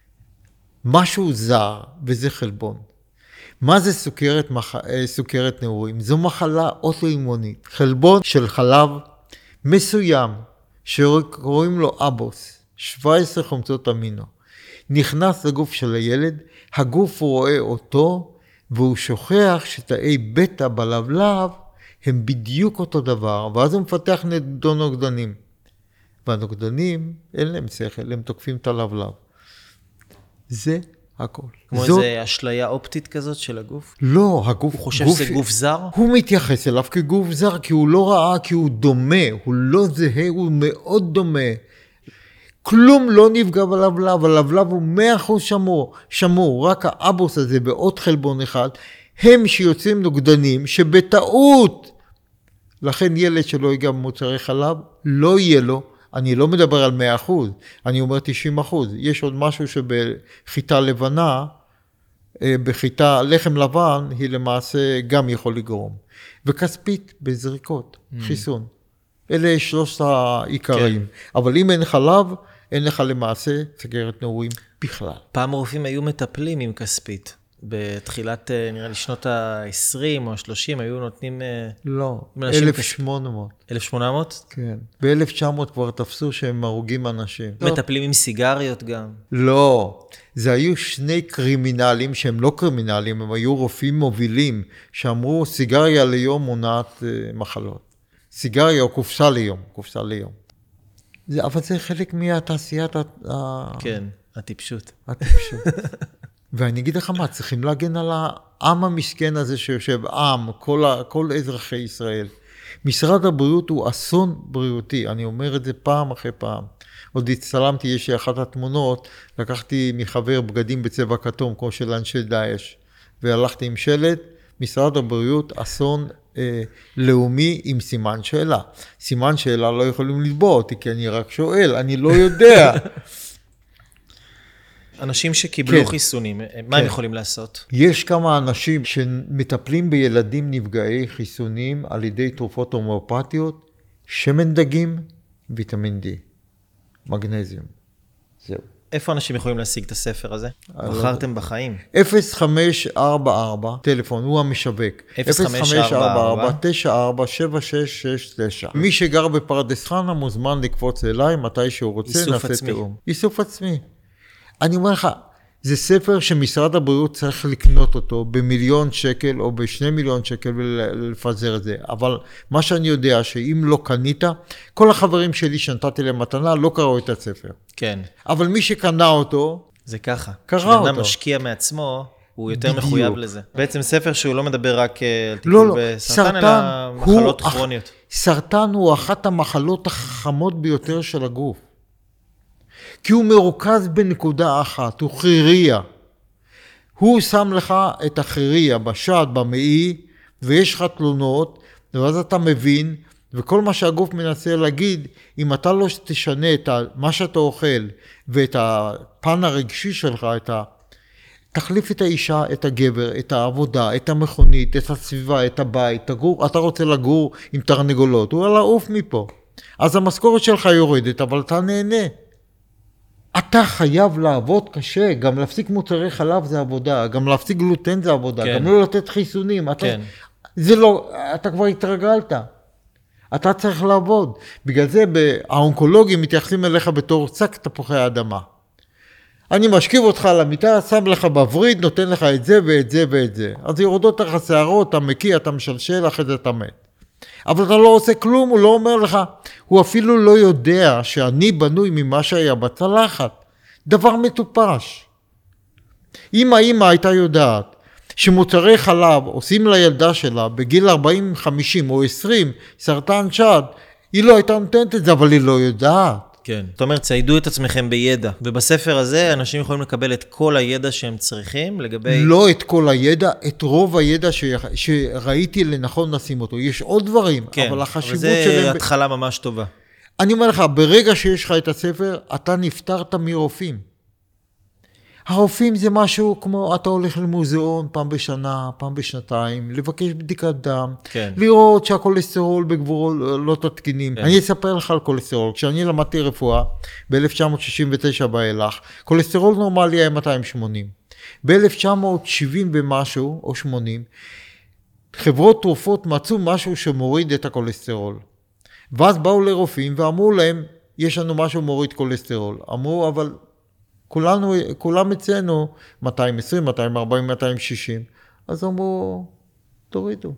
משהו זר, וזה חלבון. מה זה סוכרת, מח... סוכרת נעורים? זו מחלה אוטואימונית. חלבון של חלב מסוים, שקוראים לו אבוס, שבע עשרה חומצות אמינו. נכנס לגוף של הילד, הגוף רואה אותו, והוא שוכח שתאי בטא בלבלב, הם בדיוק אותו דבר, ואז הוא מפתח נגדו נוגדנים. והנוגדנים, אין להם שכל, הם תוקפים את הלבלב. זה הכל. כמו זאת... איזו אשליה אופטית כזאת של הגוף? לא, הגוף... הוא חושב גוף... שזה גוף זר? הוא מתייחס אליו כגוף זר, כי הוא לא ראה, כי הוא דומה, הוא לא זהה, הוא מאוד דומה. כלום לא נפגע בלבלב, הלבלב הוא מאה אחוז שמור, שמור, רק האבוס הזה בעוד חלבון אחד, הם שיוצאים נוגדנים שבטעות, לכן ילד שלא יגע במוצרי חלב, לא יהיה לו, אני לא מדבר על מאה אחוז, אני אומר תשעים אחוז, יש עוד משהו שבחיטה לבנה, בחיטה לחם לבן, היא למעשה גם יכול לגרום. וכספית בזריקות, mm. חיסון. אלה שלושת העיקרים. כן. אבל אם אין חלב, אין לך למעשה סוכרת נעורים בכלל. פעם רופאים היו מטפלים עם כספית. בתחילת, נראה לי, שנות ה-עשרים או ה-שלושים, היו נותנים... לא, אלף ושמונה מאות. אלף ושמונה מאות? כן. ב-אלף ותשע מאות כבר תפסו שהם הרוגים אנשים. מטפלים עם סיגריות גם? לא. זה היו שני קרימינלים שהם לא קרימינלים, הם היו רופאים מובילים, שאמרו סיגריה ליום מונעת מחלות. סיגריה או קופסה ליום, קופסה ליום. זה, אבל זה חלק מהתעשיית ה... כן, הטיפשות. הטיפשות. ואני אגיד לך מה, צריכים להגן על העם המשכן הזה שיושב, עם, כל, ה, כל אזרחי ישראל. משרד הבריאות הוא אסון בריאותי, אני אומר את זה פעם אחרי פעם. עוד הצטלמתי, יש לי אחת התמונות, לקחתי מחבר בגדים בצבע כתום, כמו של אנשי דאעש, והלכתי עם שלט, משרד הבריאות אסון אה, לאומי עם סימן שאלה. סימן שאלה לא יכולים לתבוע אותי, כי אני רק שואל, אני לא יודע. אנשים שקיבלו כן. חיסונים, מה כן. הם יכולים לעשות? יש כמה אנשים שמטפלים בילדים נפגעי חיסונים על ידי תרופות הומאופתיות, שמן דגים, ויטמין D, מגנזיום. זהו. איפה אנשים יכולים להשיג את הספר הזה? בחרתם בחיים. אפס חמש ארבע ארבע, טלפון, הוא המשווק. אפס חמש ארבע ארבע, תשע ארבע, שבע שש שש תשע. מי שגר בפרדס חנה מוזמן לקפוץ אליי, מתי שהוא רוצה, נעשה תאום. איסוף עצמי. אני אומר לך, זה ספר שמשרד הבריאות צריך לקנות אותו במיליון שקל או בשני מיליון שקל ולפזר את זה. אבל מה שאני יודע שאם לא קנית, כל החברים שלי שנתתי להם מתנה לא קראו את הספר. כן. אבל מי שקנה אותו, זה ככה. קרא אותו. כשאדם משקיע מעצמו, הוא יותר בדיוק. מחויב לזה. בעצם ספר שהוא לא מדבר רק על טיפול לא, לא. בסרטן, אלא מחלות הוא, כרוניות. סרטן הוא אחת המחלות החכמות ביותר של הגוף. כי הוא מרוכז בנקודה אחת, הוא חירייה. הוא שם לך את החירייה בשד, במעי, ויש לך תלונות, ואז אתה מבין, וכל מה שהגוף מנסה להגיד, אם אתה לא תשנה את מה שאתה אוכל, ואת הפן הרגשי שלך, את ה... תחליף את האישה, את הגבר, את העבודה, את המכונית, את הסביבה, את הבית, תגור, אתה רוצה לגור עם תרנגולות, הוא לעוף מפה. אז המשכורת שלך יורדת, אבל אתה נהנה. אתה חייב לעבוד קשה, גם להפסיק מוצרי חלב זה עבודה, גם להפסיק גלוטן זה עבודה, כן. גם לא לתת חיסונים. אתה... כן. זה לא, אתה כבר התרגלת. אתה צריך לעבוד. בגלל זה האונקולוגים מתייחסים אליך בתור שק תפוחי האדמה. אני משכיב אותך על המיטה, שם לך בווריד, נותן לך את זה ואת זה ואת זה. אז יורדות לך שערות, אתה מקיא, אתה משלשל, אחרי זה אתה מת. אבל אתה לא עושה כלום, הוא לא אומר לך, הוא אפילו לא יודע שאני בנוי ממה שהיה בצלחת. דבר מטופש. אם האמא הייתה יודעת שמוצרי חלב עושים לילדה שלה בגיל ארבעים, חמישים או עשרים סרטן שד, היא לא הייתה נותנת את זה, אבל היא לא יודעת. כן. זאת אומרת, ציידו את עצמכם בידע. ובספר הזה אנשים יכולים לקבל את כל הידע שהם צריכים לגבי... לא את כל הידע, את רוב הידע ש... שראיתי לנכון לשים אותו. יש עוד דברים, כן, אבל החשיבות אבל זה שלהם... התחלה ממש טובה. אני אומר לך, ברגע שיש לך את הספר, אתה נפטרת מרופאים. הרופאים זה משהו כמו, אתה הולך למוזיאון פעם בשנה, פעם בשנתיים, לבקש בדיקת דם, כן. לראות שהכולסטרול בגבורות לא תתקינים. כן. אני אספר לך על כולסטרול. כשאני למדתי רפואה, ב-אלף תשע מאות שישים ותשע באילך, כולסטרול נורמלי היה מאתיים ושמונים. ב-אלף תשע מאות שבעים ומשהו, או שמונים, חברות תרופות מצאו משהו שמוריד את הכולסטרול. ואז באו לרופאים ואמרו להם, יש לנו משהו מוריד כולסטרול. אמרו, אבל... כולנו, כולם אצלנו מאתיים ועשרים, מאתיים וארבעים, מאתיים ושישים. אז אמרו, תורידו.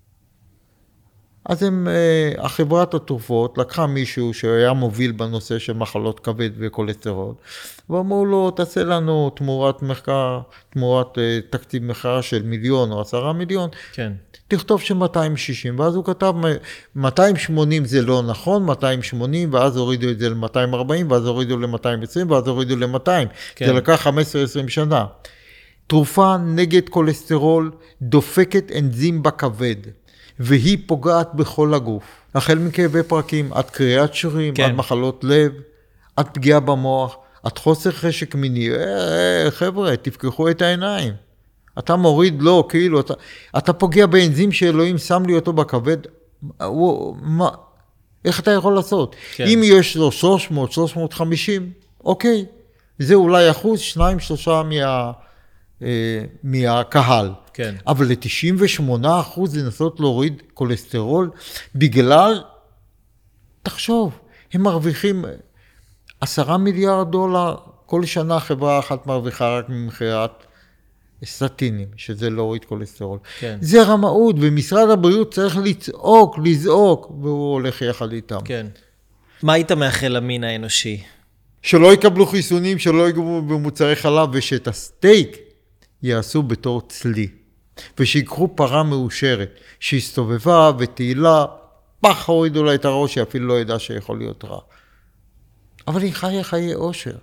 אז הם, החברת התרופות לקחה מישהו שהיה מוביל בנושא של מחלות כבד וכולסטרול, ואמרו לו, תעשה לנו תמורת מחקר, תמורת תקציב מחקר של מיליון או עשרה מיליון. כן. תכתוב ש-מאתיים ושישים, ואז הוא כתב, מאתיים ושמונים זה לא נכון, מאתיים ושמונים, ואז הורידו את זה ל-מאתיים וארבעים, ואז הורידו ל-מאתיים ועשרים, ואז הורידו ל-מאתיים. כן. זה לקח חמש עשרה עשרים שנה. תרופה נגד כולסטרול דופקת אנזים בכבד, והיא פוגעת בכל הגוף. החל מכאבי פרקים, עד קריאת שרירים, כן. עד מחלות לב, עד פגיעה במוח, עד חוסר חשק מיני. אה, אה, חבר'ה, תפקחו את העיניים. אתה מוריד לו, כאילו, אתה, אתה פוגע באנזים שאלוהים שם לי אותו בכבד, הוא, מה, איך אתה יכול לעשות? כן. אם יש לו שלוש מאות, שלוש מאות וחמישים, אוקיי, זה אולי אחוז, שניים, שלושה מה, אה, מהקהל. כן. אבל ל-תשעים ושמונה אחוז לנסות להוריד כולסטרול, בגלל, תחשוב, הם מרוויחים עשרה מיליארד דולר, כל שנה חברה אחת מרוויחה רק ממחירת, סטטינים, שזה להוריד כולסטרול. כן. זה רמאות, ומשרד הבריאות צריך לצעוק, לזעוק, והוא הולך יחד איתם. כן. מה היית מאחל למין האנושי? שלא יקבלו חיסונים, שלא יקבלו במוצרי חלב, ושאת הסטייק יעשו בתור צלי. ושיקחו פרה מאושרת, שהסתובבה ותהילה, פח הורידו לה את הראש, שאפילו לא ידע שיכול להיות רע. אבל היא חיה חיי אושר.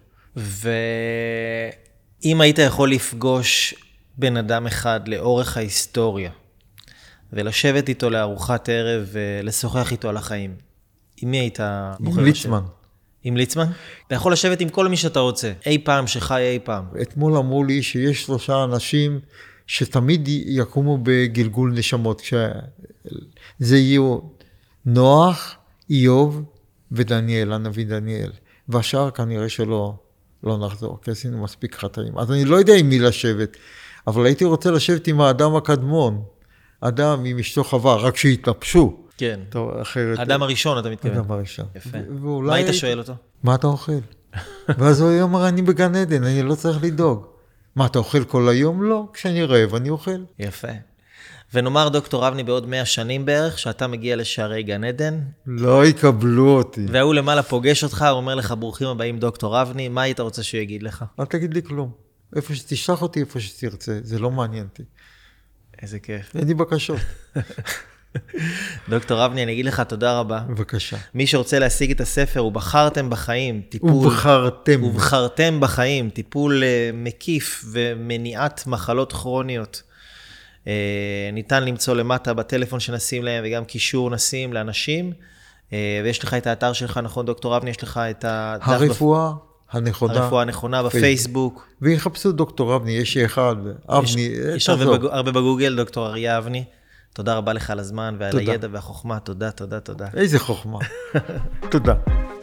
ואם היית יכול לפגוש בן אדם אחד לאורך ההיסטוריה, ולשבת איתו לארוחת ערב ולשוחח איתו על החיים, עם מי היית בוחר? עם ליצמן. עם ליצמן? אתה יכול לשבת עם כל מי שאתה רוצה, אי פעם שחי אי פעם. אתמול אמרו לי שיש שלושה אנשים שתמיד יקומו בגלגול נשמות, שזה יהיו נוח, איוב ודניאל, הנביא דניאל. והשאר כנראה שלא לא נחזור, כי עשינו מספיק חטאים. אז אני לא יודע עם מי לשבת, אבל הייתי רוצה לשבת עם האדם הקדמון, אדם עם אשתו חווה, רק שהתלבשו. כן. טוב, אחרת... האדם הראשון, אתה מתכוון. האדם הראשון. יפה. מה היית שואל אותו? מה אתה אוכל? ואז הוא אומר, אני בגן עדן, אני לא צריך לדאוג. מה, אתה אוכל כל היום? לא. כשאני רעב, אני אוכל. יפה. ונאמר דוקטור אבני בעוד מאה שנים בערך, שאתה מגיע לשערי גן עדן. לא יקבלו אותי. והוא למעלה פוגש אותך, הוא אומר לך, ברוכים הבאים דוקטור אבני, מה היית רוצה שהוא יגיד לך? אל תגיד לי כלום. איפה שתשלח אותי, איפה שתרצה, זה לא מעניין אותי. איזה כיף. אין לי בקשות. דוקטור אבני, אני אגיד לך תודה רבה. בבקשה. מי שרוצה להשיג את הספר, ובחרתם בחיים, טיפול... ובחרתם. ובחרתם בחיים, טיפול מקיף ומניעת מחלות כרוניות. ניתן למצוא למטה בטלפון שנשים להם, וגם קישור נשים לאנשים. ויש לך את האתר שלך, נכון דוקטור אבני, יש לך את ה... הרפואה הנכונה. הרפואה הנכונה בפייסבוק. ויחפשו דוקטור אבני, יש אחד, אבני, יש הרבה בגוגל, דוקטור אריה אבני. תודה רבה לך על הזמן ועל הידע והחוכמה. תודה, תודה, תודה. איזה חוכמה. תודה.